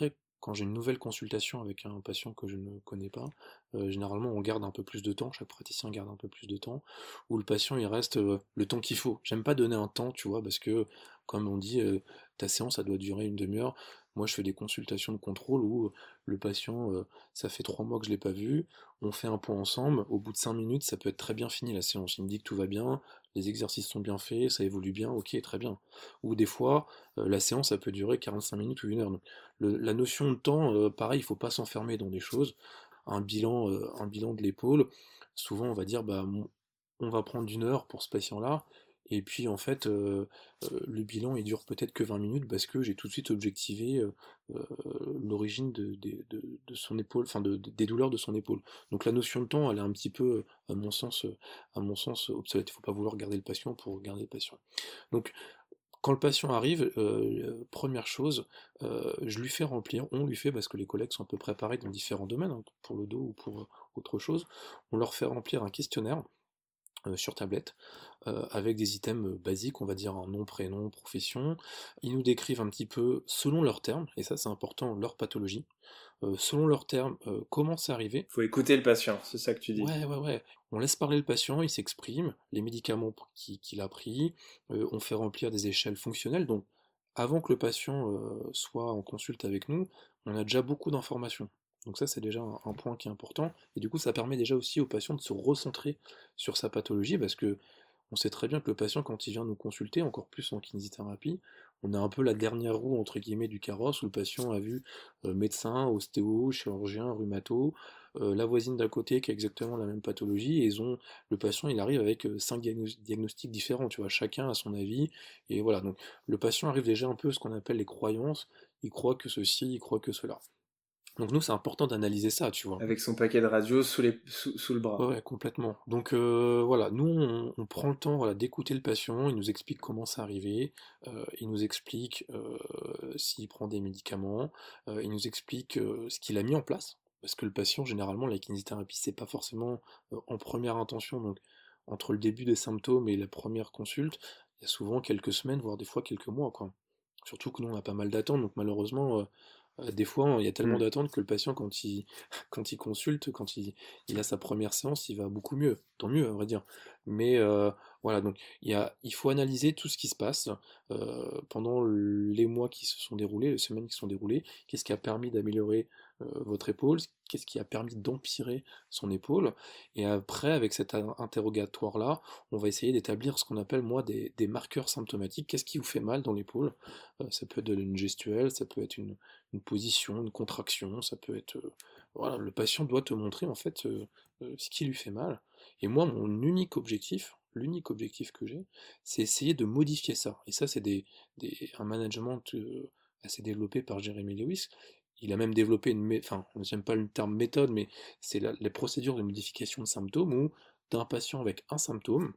quand j'ai une nouvelle consultation avec un patient que je ne connais pas, euh, généralement on garde un peu plus de temps, chaque praticien garde un peu plus de temps, où le patient il reste euh, le temps qu'il faut. J'aime pas donner un temps, tu vois, parce que comme on dit, euh, ta séance ça doit durer une demi-heure. Moi je fais des consultations de contrôle où le patient, euh, ça fait trois mois que je l'ai pas vu, on fait un point ensemble, au bout de cinq minutes ça peut être très bien fini la séance. Il me dit que tout va bien, les exercices sont bien faits, ça évolue bien, ok, très bien. Ou des fois, euh, la séance, ça peut durer quarante-cinq minutes ou une heure. Donc, le- la notion de temps, euh, pareil, il faut pas s'enfermer dans des choses. Un bilan, euh, un bilan de l'épaule, souvent on va dire, bah, mon- on va prendre une heure pour ce patient-là, et puis en fait, euh, euh, le bilan il dure peut-être que vingt minutes parce que j'ai tout de suite objectivé euh, euh, l'origine de, de- de- de son épaule, enfin de- de- des douleurs de son épaule. Donc la notion de temps, elle est un petit peu, à mon sens, euh, à mon sens, obsolète. Il ne faut pas vouloir garder le patient pour garder le patient. Donc quand le patient arrive, euh, première chose, euh, je lui fais remplir, on lui fait, parce que les collègues sont un peu préparés dans différents domaines, hein, pour le dos ou pour euh, autre chose, on leur fait remplir un questionnaire euh, sur tablette, euh, avec des items euh, basiques, on va dire un nom, prénom, profession. Ils nous décrivent un petit peu, selon leurs termes, et ça c'est important, leur pathologie, euh, selon leurs termes, euh, comment c'est arrivé. Faut écouter le patient, c'est ça que tu dis. Ouais, ouais, ouais. On laisse parler le patient, il s'exprime, les médicaments qu'il qu'il a pris, euh, on fait remplir des échelles fonctionnelles. Donc, avant que le patient euh, soit en consulte avec nous, on a déjà beaucoup d'informations. Donc ça, c'est déjà un, un point qui est important. Et du coup, ça permet déjà aussi au patient de se recentrer sur sa pathologie, parce que on sait très bien que le patient, quand il vient nous consulter, encore plus en kinésithérapie, on a un peu la dernière roue entre guillemets du carrosse où le patient a vu euh, médecin, ostéo, chirurgien, rhumato, euh, la voisine d'à côté qui a exactement la même pathologie, et ils ont, le patient il arrive avec euh, cinq diagnos- diagnostics différents, tu vois, chacun a son avis, et voilà, donc le patient arrive déjà un peu ce qu'on appelle les croyances, il croit que ceci, il croit que cela. Donc nous c'est important d'analyser ça, tu vois. Avec son paquet de radio sous, les, sous, sous le Ouais, bras. ouais, complètement. Donc euh, voilà, nous on, on prend le temps voilà, d'écouter le patient, il nous explique comment c'est arrivé, euh, il nous explique euh, s'il prend des médicaments, euh, il nous explique euh, ce qu'il a mis en place, parce que le patient, généralement, la kinésithérapie, c'est pas forcément euh, en première intention, donc entre le début des symptômes et la première consulte, il y a souvent quelques semaines, voire des fois quelques mois, quoi. Surtout que nous on a pas mal d'attentes, donc malheureusement, euh, euh, des fois, il y a tellement Hmm. d'attentes que le patient, quand il, quand il consulte, quand il, il a sa première séance, il va beaucoup mieux. Tant mieux, à vrai dire. Mais euh, voilà, donc il y a, il faut analyser tout ce qui se passe euh, pendant les mois qui se sont déroulés, les semaines qui se sont déroulées. Qu'est-ce qui a permis d'améliorer euh, votre épaule? Qu'est-ce qui a permis d'empirer son épaule? Et après, avec cet in- interrogatoire-là, on va essayer d'établir ce qu'on appelle, moi, des, des marqueurs symptomatiques. Qu'est-ce qui vous fait mal dans l'épaule? Euh, ça peut être de une gestuelle, ça peut être une une position, une contraction, ça peut être... euh, voilà, le patient doit te montrer en fait euh, euh, ce qui lui fait mal. Et moi, mon unique objectif, l'unique objectif que j'ai, c'est essayer de modifier ça. Et ça, c'est des, des- un management euh, assez développé par Jeremy Lewis. Il a même développé une... mé- Enfin, j'aime pas le terme méthode, mais c'est la- les procédures de modification de symptômes où tu as un patient avec un symptôme,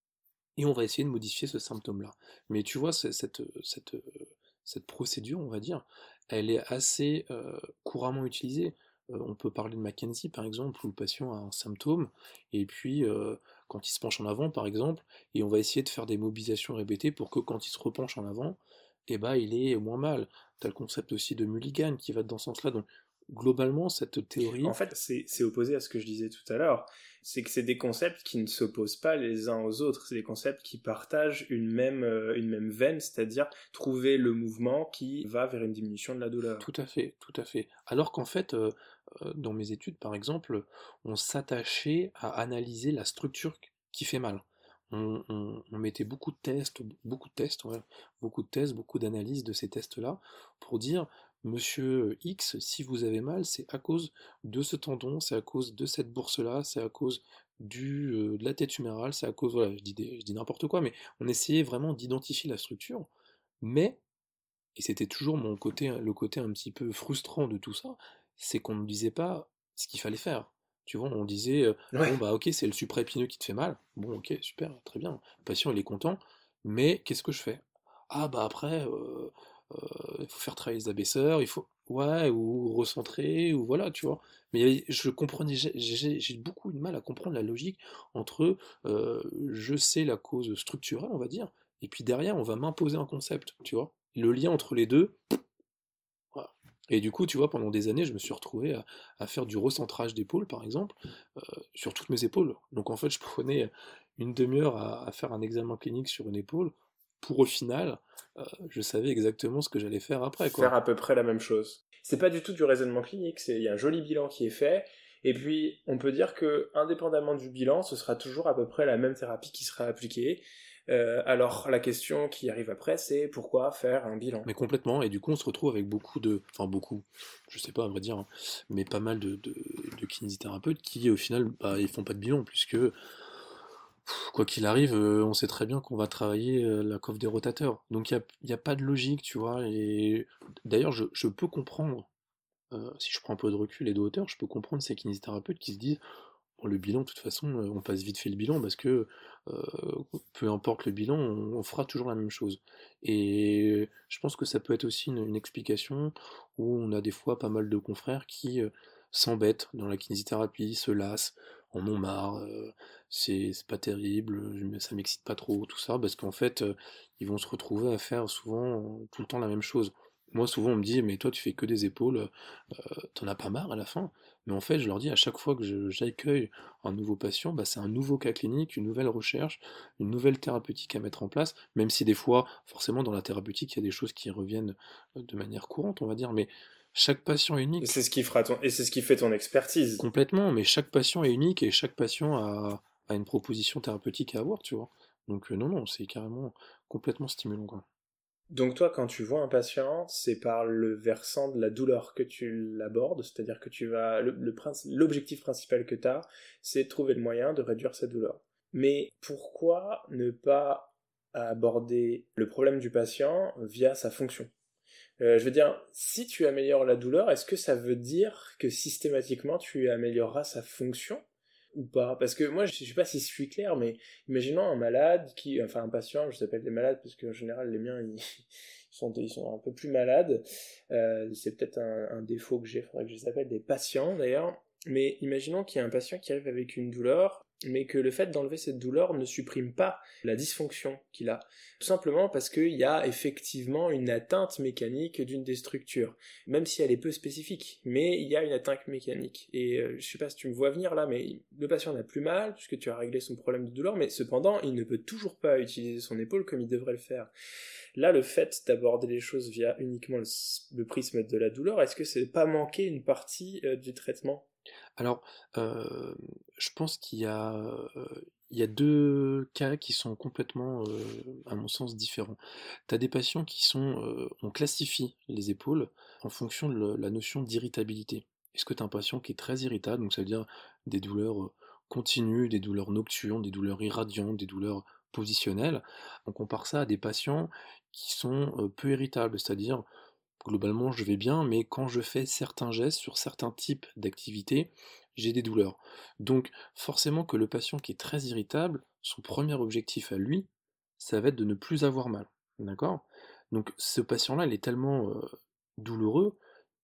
et on va essayer de modifier ce symptôme-là. Mais tu vois, c'est- cette, cette, cette procédure, on va dire, elle est assez euh, couramment utilisée. Euh, on peut parler de Mackenzie, par exemple, où le patient a un symptôme, et puis euh, quand il se penche en avant, par exemple, et on va essayer de faire des mobilisations répétées pour que quand il se repenche en avant, eh ben, il ait moins mal. Tu as le concept aussi de Mulligan qui va dans ce sens-là. Donc, globalement, cette En théorie, fait, c'est c'est opposé à ce que je disais tout à l'heure. C'est que c'est des concepts qui ne s'opposent pas les uns aux autres. C'est des concepts qui partagent une même, euh, une même veine, c'est-à-dire trouver le mouvement qui va vers une diminution de la douleur. tout à fait, tout à fait. Alors qu'en fait, euh, euh, dans mes études, par exemple, on s'attachait à analyser la structure qui fait mal. On, on- on mettait beaucoup de tests, beaucoup de tests, ouais, beaucoup de tests, beaucoup d'analyses de ces tests-là pour dire, Monsieur X, si vous avez mal, c'est à cause de ce tendon, c'est à cause de cette bourse-là, c'est à cause du, euh, de la tête humérale, c'est à cause, voilà, je dis, des- je dis n'importe quoi, mais on essayait vraiment d'identifier la structure, mais et c'était toujours mon côté, le côté un petit peu frustrant de tout ça, c'est qu'on ne disait pas ce qu'il fallait faire. Tu vois, on disait, euh, Ouais. bon bah ok, c'est le supraépineux qui te fait mal. Bon ok, super, très bien. Le patient il est content, mais qu'est-ce que je fais? Ah bah après, euh, euh, il faut faire travailler les abaisseurs, il faut, ouais, ou recentrer, ou voilà, tu vois. Mais il y avait- je comprenais, j'ai j'ai- j'ai beaucoup de mal à comprendre la logique entre euh, je sais la cause structurelle, on va dire, et puis derrière on va m'imposer un concept, tu vois. Le lien entre les deux, voilà. Et du coup, tu vois, pendant des années, je me suis retrouvé à, à faire du recentrage d'épaule, par exemple, euh, sur toutes mes épaules. Donc en fait, je prenais une demi-heure à, à faire un examen clinique sur une épaule, pour au final, euh, je savais exactement ce que j'allais faire après, Faire quoi. à peu près la même chose. C'est pas du tout du raisonnement clinique, c'est il y a un joli bilan qui est fait, et puis on peut dire que indépendamment du bilan, ce sera toujours à peu près la même thérapie qui sera appliquée. Euh, alors la question qui arrive après, c'est pourquoi faire un bilan? Mais complètement, et du coup, on se retrouve avec beaucoup de, enfin beaucoup, je sais pas à vrai dire, hein, mais pas mal de, de, de kinésithérapeutes qui, au final, bah, ils font pas de bilan, puisque quoi qu'il arrive, euh, on sait très bien qu'on va travailler euh, la coiffe des rotateurs. Donc il n'y a, y a pas de logique, tu vois. Et d'ailleurs, je, je peux comprendre, euh, si je prends un peu de recul et de hauteur, je peux comprendre ces kinésithérapeutes qui se disent, bon, le bilan, de toute façon, euh, on passe vite fait le bilan parce que euh, peu importe le bilan, on, on fera toujours la même chose. Et je pense que ça peut être aussi une, une explication où on a des fois pas mal de confrères qui euh, s'embêtent dans la kinésithérapie, se lassent, en ont marre, euh, c'est c'est pas terrible, je me- ça m'excite pas trop, tout ça, parce qu'en fait, euh, ils vont se retrouver à faire souvent euh, tout le temps la même chose. Moi, souvent, on me dit, mais toi, tu fais que des épaules, euh, t'en as pas marre à la fin? Mais en fait, je leur dis à chaque fois que je- j'accueille un nouveau patient, bah, c'est un nouveau cas clinique, une nouvelle recherche, une nouvelle thérapeutique à mettre en place, même si des fois, forcément, dans la thérapeutique, il y a des choses qui reviennent euh, de manière courante, on va dire, mais chaque patient est Et unique, c'est ce qui fera ton, et c'est ce qui fait ton expertise. complètement, mais chaque patient est unique et chaque patient a, a une proposition thérapeutique à avoir, tu vois. Donc euh, non, non, c'est carrément complètement stimulant, quoi. Donc toi, quand tu vois un patient, c'est par le versant de la douleur que tu l'abordes, c'est-à-dire que tu vas, le, le princi- l'objectif principal que tu as, c'est de trouver le moyen de réduire sa douleur. Mais pourquoi ne pas aborder le problème du patient via sa fonction? Euh, je veux dire, si tu améliores la douleur, est-ce que ça veut dire que systématiquement tu amélioreras sa fonction ou pas? Parce que moi, je ne sais pas si je suis clair, mais imaginons un malade qui, enfin un patient, je s'appelle des malades parce qu'en général les miens ils, ils sont, ils sont un peu plus malades. Euh, c'est peut-être un, un défaut que j'ai, il faudrait que je les appelle des patients d'ailleurs. Mais imaginons qu'il y a un patient qui arrive avec une douleur, mais que le fait d'enlever cette douleur ne supprime pas la dysfonction qu'il a. Tout simplement parce qu'il y a effectivement une atteinte mécanique d'une des structures, même si elle est peu spécifique, mais il y a une atteinte mécanique. Et euh, je sais pas si tu me vois venir là, mais le patient n'a plus mal, puisque tu as réglé son problème de douleur, mais cependant, il ne peut toujours pas utiliser son épaule comme il devrait le faire. Là, le fait d'aborder les choses via uniquement le, le prisme de la douleur, est-ce que c'est pas manquer une partie euh, du traitement? Alors, euh, je pense qu'il y a, euh, il y a deux cas qui sont complètement, euh, à mon sens, différents. Tu as des patients qui sont, euh, on classifie les épaules en fonction de le- la notion d'irritabilité. Est-ce que tu as un patient qui est très irritable, donc ça veut dire des douleurs euh, continues, des douleurs nocturnes, des douleurs irradiantes, des douleurs positionnelles. On compare ça à des patients qui sont euh, peu irritables, c'est-à-dire globalement, je vais bien, mais quand je fais certains gestes sur certains types d'activités, j'ai des douleurs. Donc, forcément que le patient qui est très irritable, son premier objectif à lui, ça va être de ne plus avoir mal. D'accord? Donc, ce patient-là, il est tellement euh, douloureux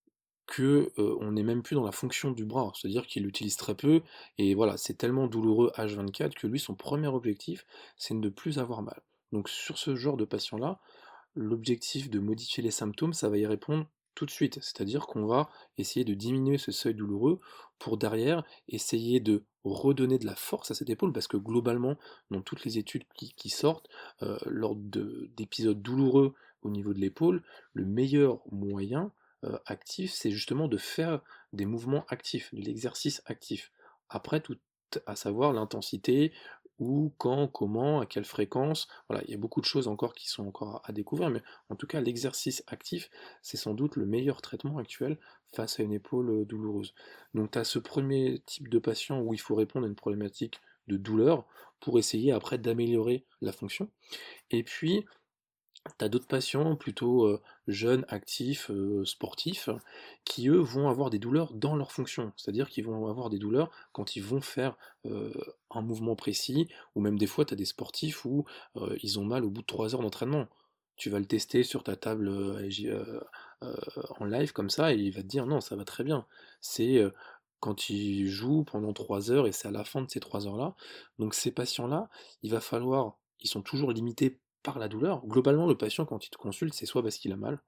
que euh, on n'est même plus dans la fonction du bras, c'est-à-dire qu'il l'utilise très peu, et voilà, c'est tellement douloureux H vingt-quatre que lui, son premier objectif, c'est de ne plus avoir mal. Donc, sur ce genre de patient-là, l'objectif de modifier les symptômes, ça va y répondre tout de suite. C'est-à-dire qu'on va essayer de diminuer ce seuil douloureux pour derrière essayer de redonner de la force à cette épaule, parce que globalement, dans toutes les études qui, qui sortent, euh, lors de- d'épisodes douloureux au niveau de l'épaule, le meilleur moyen euh, actif, c'est justement de faire des mouvements actifs, de l'exercice actif. Après, tout à savoir l'intensité, où, quand, comment, à quelle fréquence. Voilà, il y a beaucoup de choses encore qui sont encore à découvrir, mais en tout cas, l'exercice actif, c'est sans doute le meilleur traitement actuel face à une épaule euh, douloureuse. Donc, tu as ce premier type de patient où il faut répondre à une problématique de douleur pour essayer après d'améliorer la fonction. Et puis, T'as d'autres patients plutôt euh, jeunes, actifs, euh, sportifs, qui eux vont avoir des douleurs dans leur fonction. C'est-à-dire qu'ils vont avoir des douleurs quand ils vont faire euh, un mouvement précis, ou même des fois tu as des sportifs où euh, ils ont mal au bout de trois heures d'entraînement. Tu vas le tester sur ta table euh, j- euh, euh, en live comme ça, et il va te dire non, ça va très bien. C'est euh, quand il joue pendant trois heures et c'est à la fin de ces trois heures-là. Donc ces patients-là, il va falloir, ils sont toujours limités par la douleur. Globalement, le patient, quand il te consulte, c'est soit parce qu'il a mal,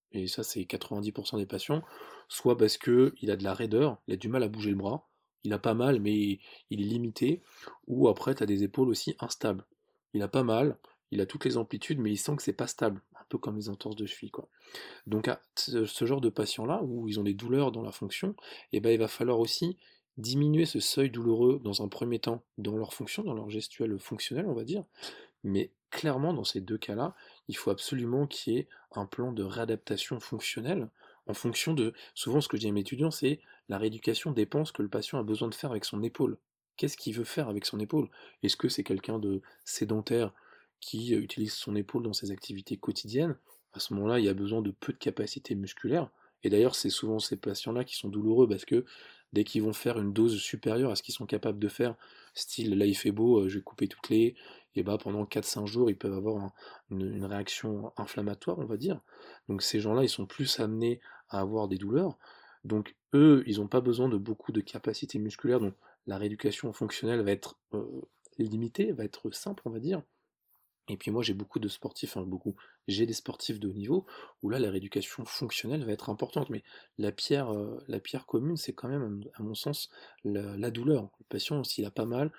et ça c'est quatre-vingt-dix pour cent des patients, soit parce que il a de la raideur, il a du mal à bouger le bras, il a pas mal mais il est limité, ou après tu as des épaules aussi instables. Il a pas mal, il a toutes les amplitudes mais il sent que c'est pas stable, un peu comme les entorses de cheville quoi. Donc à ce ce genre de patients-là, où ils ont des douleurs dans la fonction, et ben, il va falloir aussi diminuer ce seuil douloureux dans un premier temps dans leur fonction, dans leur gestuelle fonctionnelle, on va dire. Mais clairement, dans ces deux cas-là, il faut absolument qu'il y ait un plan de réadaptation fonctionnelle en fonction de... Souvent, ce que je dis à mes étudiants, c'est la rééducation dépend ce que le patient a besoin de faire avec son épaule. Qu'est-ce qu'il veut faire avec son épaule? Est-ce que c'est quelqu'un de sédentaire qui euh, utilise son épaule dans ses activités quotidiennes? À ce moment-là, il y a besoin de peu de capacité musculaire. Et d'ailleurs, c'est souvent ces patients-là qui sont douloureux parce que dès qu'ils vont faire une dose supérieure à ce qu'ils sont capables de faire, style là il fait beau, euh, je vais couper toutes les, et bah pendant quatre cinq jours, ils peuvent avoir un- une, une réaction inflammatoire, on va dire. Donc ces gens-là, ils sont plus amenés à avoir des douleurs. Donc eux, ils n'ont pas besoin de beaucoup de capacité musculaire, donc la rééducation fonctionnelle va être euh, limitée, va être simple, on va dire. Et puis moi j'ai beaucoup de sportifs, enfin beaucoup, j'ai des sportifs de haut niveau, où là la rééducation fonctionnelle va être importante, mais la pierre, euh, la pierre commune, c'est quand même, à mon sens, la, la douleur. Le patient, s'il a pas mal,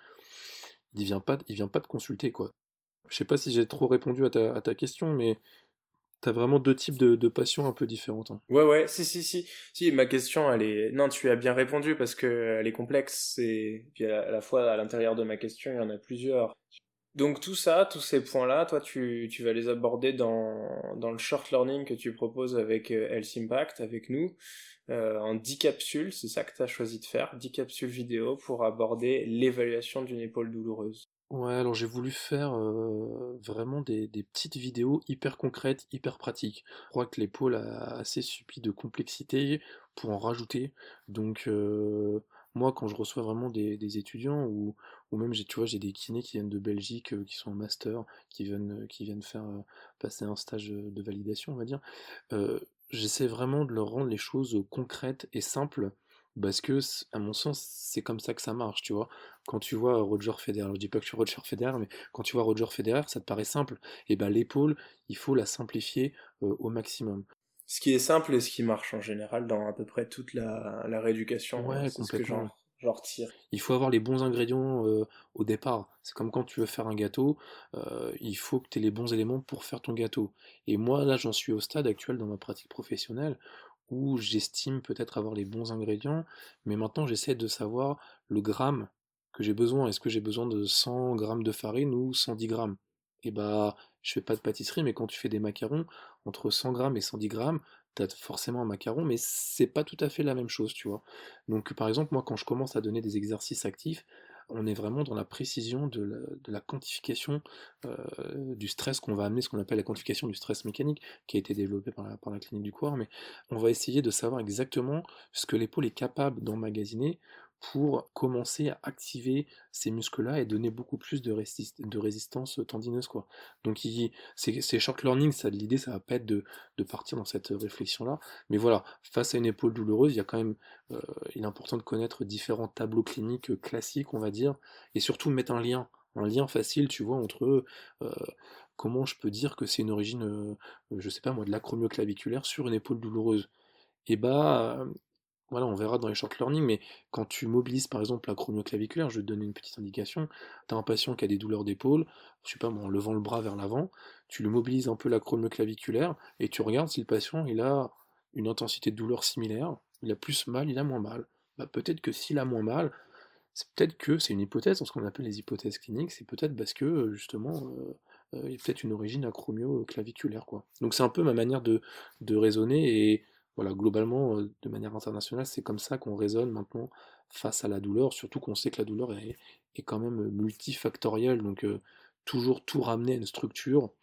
il vient pas, il vient pas te consulter, quoi. Je sais pas si j'ai trop répondu à ta, à ta question, mais t'as vraiment deux types de, de patients un peu différentes, hein. Ouais, ouais, si, si, si. Si, ma question, elle est... Non, tu as bien répondu parce que elle est complexe et puis à la fois à l'intérieur de ma question, il y en a plusieurs. Donc tout ça, tous ces points-là, toi, tu, tu vas les aborder dans, dans le short learning que tu proposes avec euh, Health Impact, avec nous, euh, en dix capsules. C'est ça que tu as choisi de faire, dix capsules vidéo pour aborder l'évaluation d'une épaule douloureuse. Ouais, alors j'ai voulu faire euh, vraiment des, des petites vidéos hyper concrètes, hyper pratiques. Je crois que l'épaule a assez subi de complexité pour en rajouter. Donc euh, moi, quand je reçois vraiment des, des étudiants ou, ou même j'ai, tu vois, j'ai des kinés qui viennent de Belgique, euh, qui sont en master, qui viennent, qui viennent faire euh, passer un stage de de validation, on va dire. Euh, J'essaie vraiment de leur rendre les choses concrètes et simples. Parce que, c- à mon sens, c'est comme ça que ça marche, tu vois. Quand tu vois Roger Federer, alors je dis pas que je suis Roger Federer, mais quand tu vois Roger Federer, ça te paraît simple. Et ben l'épaule, il faut la simplifier euh, au maximum. Ce qui est simple et ce qui marche en général dans à peu près toute la, la rééducation, euh, Ouais, c'est ce que j'en complètement. j'en retire. Il faut avoir les bons ingrédients euh, au départ. C'est comme quand tu veux faire un gâteau, euh, il faut que tu aies les bons éléments pour faire ton gâteau. Et moi, là, j'en suis au stade actuel dans ma pratique professionnelle où j'estime peut-être avoir les bons ingrédients, mais maintenant j'essaie de savoir le gramme que j'ai besoin. Est-ce que j'ai besoin de cent grammes de farine ou cent dix grammes? Et bah, je fais pas de pâtisserie, mais quand tu fais des macarons, entre cent grammes et cent dix grammes, t'as forcément un macaron, mais c'est pas tout à fait la même chose, tu vois. Donc, par exemple, moi, quand je commence à donner des exercices actifs, on est vraiment dans la précision de la, de la quantification euh, du stress qu'on va amener, ce qu'on appelle la quantification du stress mécanique, qui a été développée par la, par la clinique du corps, mais on va essayer de savoir exactement ce que l'épaule est capable d'emmagasiner pour commencer à activer ces muscles-là et donner beaucoup plus de, résist- de résistance tendineuse, quoi. Donc, il- c'est c'est short learning, ça, l'idée, ça va pas être de, de partir dans cette réflexion-là, mais voilà, face à une épaule douloureuse, il y a quand même euh, il est important de connaître différents tableaux cliniques euh, classiques, on va dire, et surtout mettre un lien, un lien facile, tu vois, entre eux. Euh, comment je peux dire que c'est une origine, euh, je sais pas moi, de l'acromioclaviculaire sur une épaule douloureuse? Et bah, euh, voilà, on verra dans les short learning, mais quand tu mobilises par exemple l'acromioclaviculaire, je vais te donner une petite indication, tu as un patient qui a des douleurs d'épaule, je sais pas moi, en levant le bras vers l'avant, tu le mobilises un peu l'acromioclaviculaire, et tu regardes si le patient il a une intensité de douleur similaire, il a plus mal, il a moins mal. Bah, peut-être que s'il a moins mal, c'est peut-être que c'est une hypothèse, dans ce qu'on appelle les hypothèses cliniques, c'est peut-être parce que euh, justement euh, euh, il y a peut-être une origine acromio-claviculaire, quoi. Donc c'est un peu ma manière de, de raisonner et voilà, globalement, euh, de manière internationale, c'est comme ça qu'on raisonne maintenant face à la douleur, surtout qu'on sait que la douleur est, est quand même multifactorielle, donc euh, toujours tout ramener à une structure,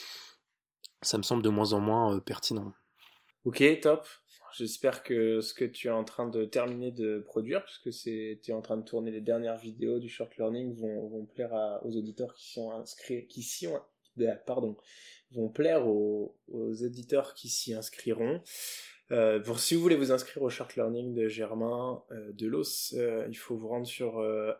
ça me semble de moins en moins euh, pertinent. Ok, top. J'espère que ce que tu es en train de terminer de produire, puisque c'est, tu es en train de tourner les dernières vidéos du short learning, vont, vont plaire à- aux auditeurs qui sont inscrits, qui s'y ont, ah, pardon, vont plaire aux, aux éditeurs qui s'y inscriront. Euh, pour si vous voulez vous inscrire au short learning de Germain euh, Delos, euh, il faut vous rendre sur euh,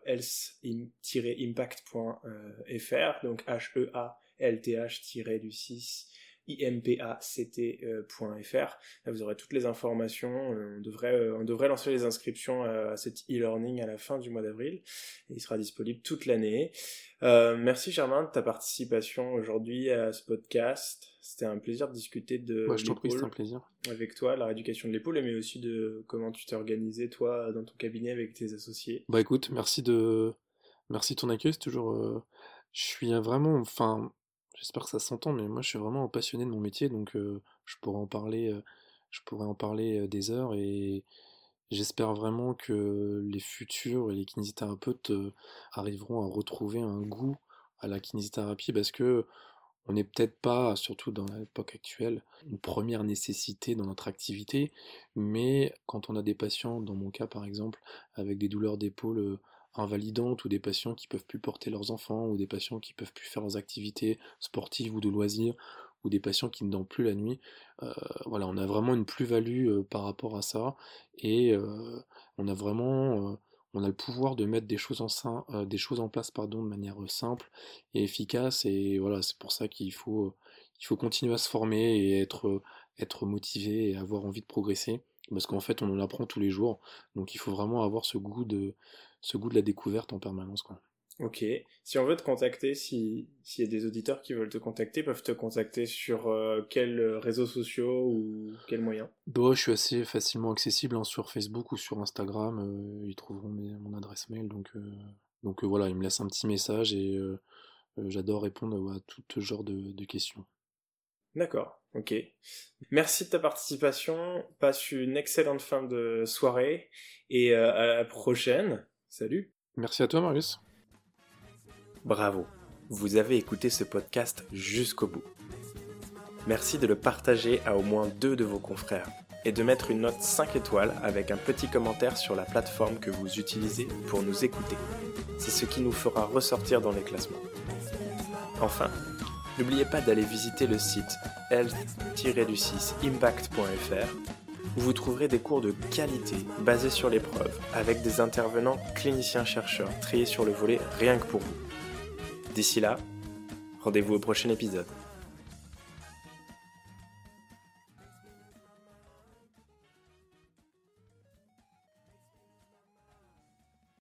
health-impact point f r, donc H E A L T H du six impact point f r. Là, vous aurez toutes les informations. On devrait, on devrait lancer les inscriptions à cet e-learning à la fin du mois d'avril. Et il sera disponible toute l'année. Euh, merci Germain de ta participation aujourd'hui à ce podcast. C'était un plaisir de discuter de Ouais, je t'en l'épaule prie, c'était un plaisir. avec toi, la rééducation de l'épaule, mais aussi de comment tu t'es organisé toi dans ton cabinet avec tes associés. Bah écoute, merci de merci de ton accueil, c'est toujours euh, je suis vraiment enfin j'espère que ça s'entend mais moi je suis vraiment passionné de mon métier donc euh, je pourrais en parler euh, je pourrais en parler euh, des heures et j'espère vraiment que les futurs et les kinésithérapeutes euh, arriveront à retrouver un goût à la kinésithérapie parce que on n'est peut-être pas, surtout dans l'époque actuelle, une première nécessité dans notre activité, mais quand on a des patients, dans mon cas par exemple, avec des douleurs d'épaule euh, invalidantes ou des patients qui peuvent plus porter leurs enfants ou des patients qui peuvent plus faire leurs activités sportives ou de loisirs ou des patients qui ne dorment plus la nuit, euh, voilà, on a vraiment une plus-value euh, par rapport à ça et euh, on a vraiment, euh, on a le pouvoir de mettre des choses en, sein- euh, des choses en place pardon, de manière euh, simple et efficace et voilà c'est pour ça qu'il faut euh, il faut continuer à se former et être euh, être motivé et avoir envie de progresser parce qu'en fait on en apprend tous les jours donc il faut vraiment avoir ce goût de ce goût de la découverte en permanence quoi. Ok. Si on veut te contacter, si s'il y a des auditeurs qui veulent te contacter, peuvent te contacter sur euh, quels réseaux sociaux ou quels moyens? Bon, je suis assez facilement accessible hein, sur Facebook ou sur Instagram, euh, ils trouveront mes- mon adresse mail donc euh, donc euh, voilà ils me laissent un petit message et euh, euh, j'adore répondre ouais, à tout genre de, de questions. D'accord. Ok. Merci de ta participation. Passe une excellente fin de soirée et euh, à la prochaine. Salut. Merci à toi Marius. Bravo. Vous avez écouté ce podcast jusqu'au bout. Merci de le partager à au moins deux de vos confrères et de mettre une note cinq étoiles avec un petit commentaire sur la plateforme que vous utilisez pour nous écouter. C'est ce qui nous fera ressortir dans les classements. Enfin, n'oubliez pas d'aller visiter le site health tiret six impact point f r où vous trouverez des cours de qualité basés sur l'épreuve avec des intervenants cliniciens-chercheurs triés sur le volet rien que pour vous. D'ici là, rendez-vous au prochain épisode.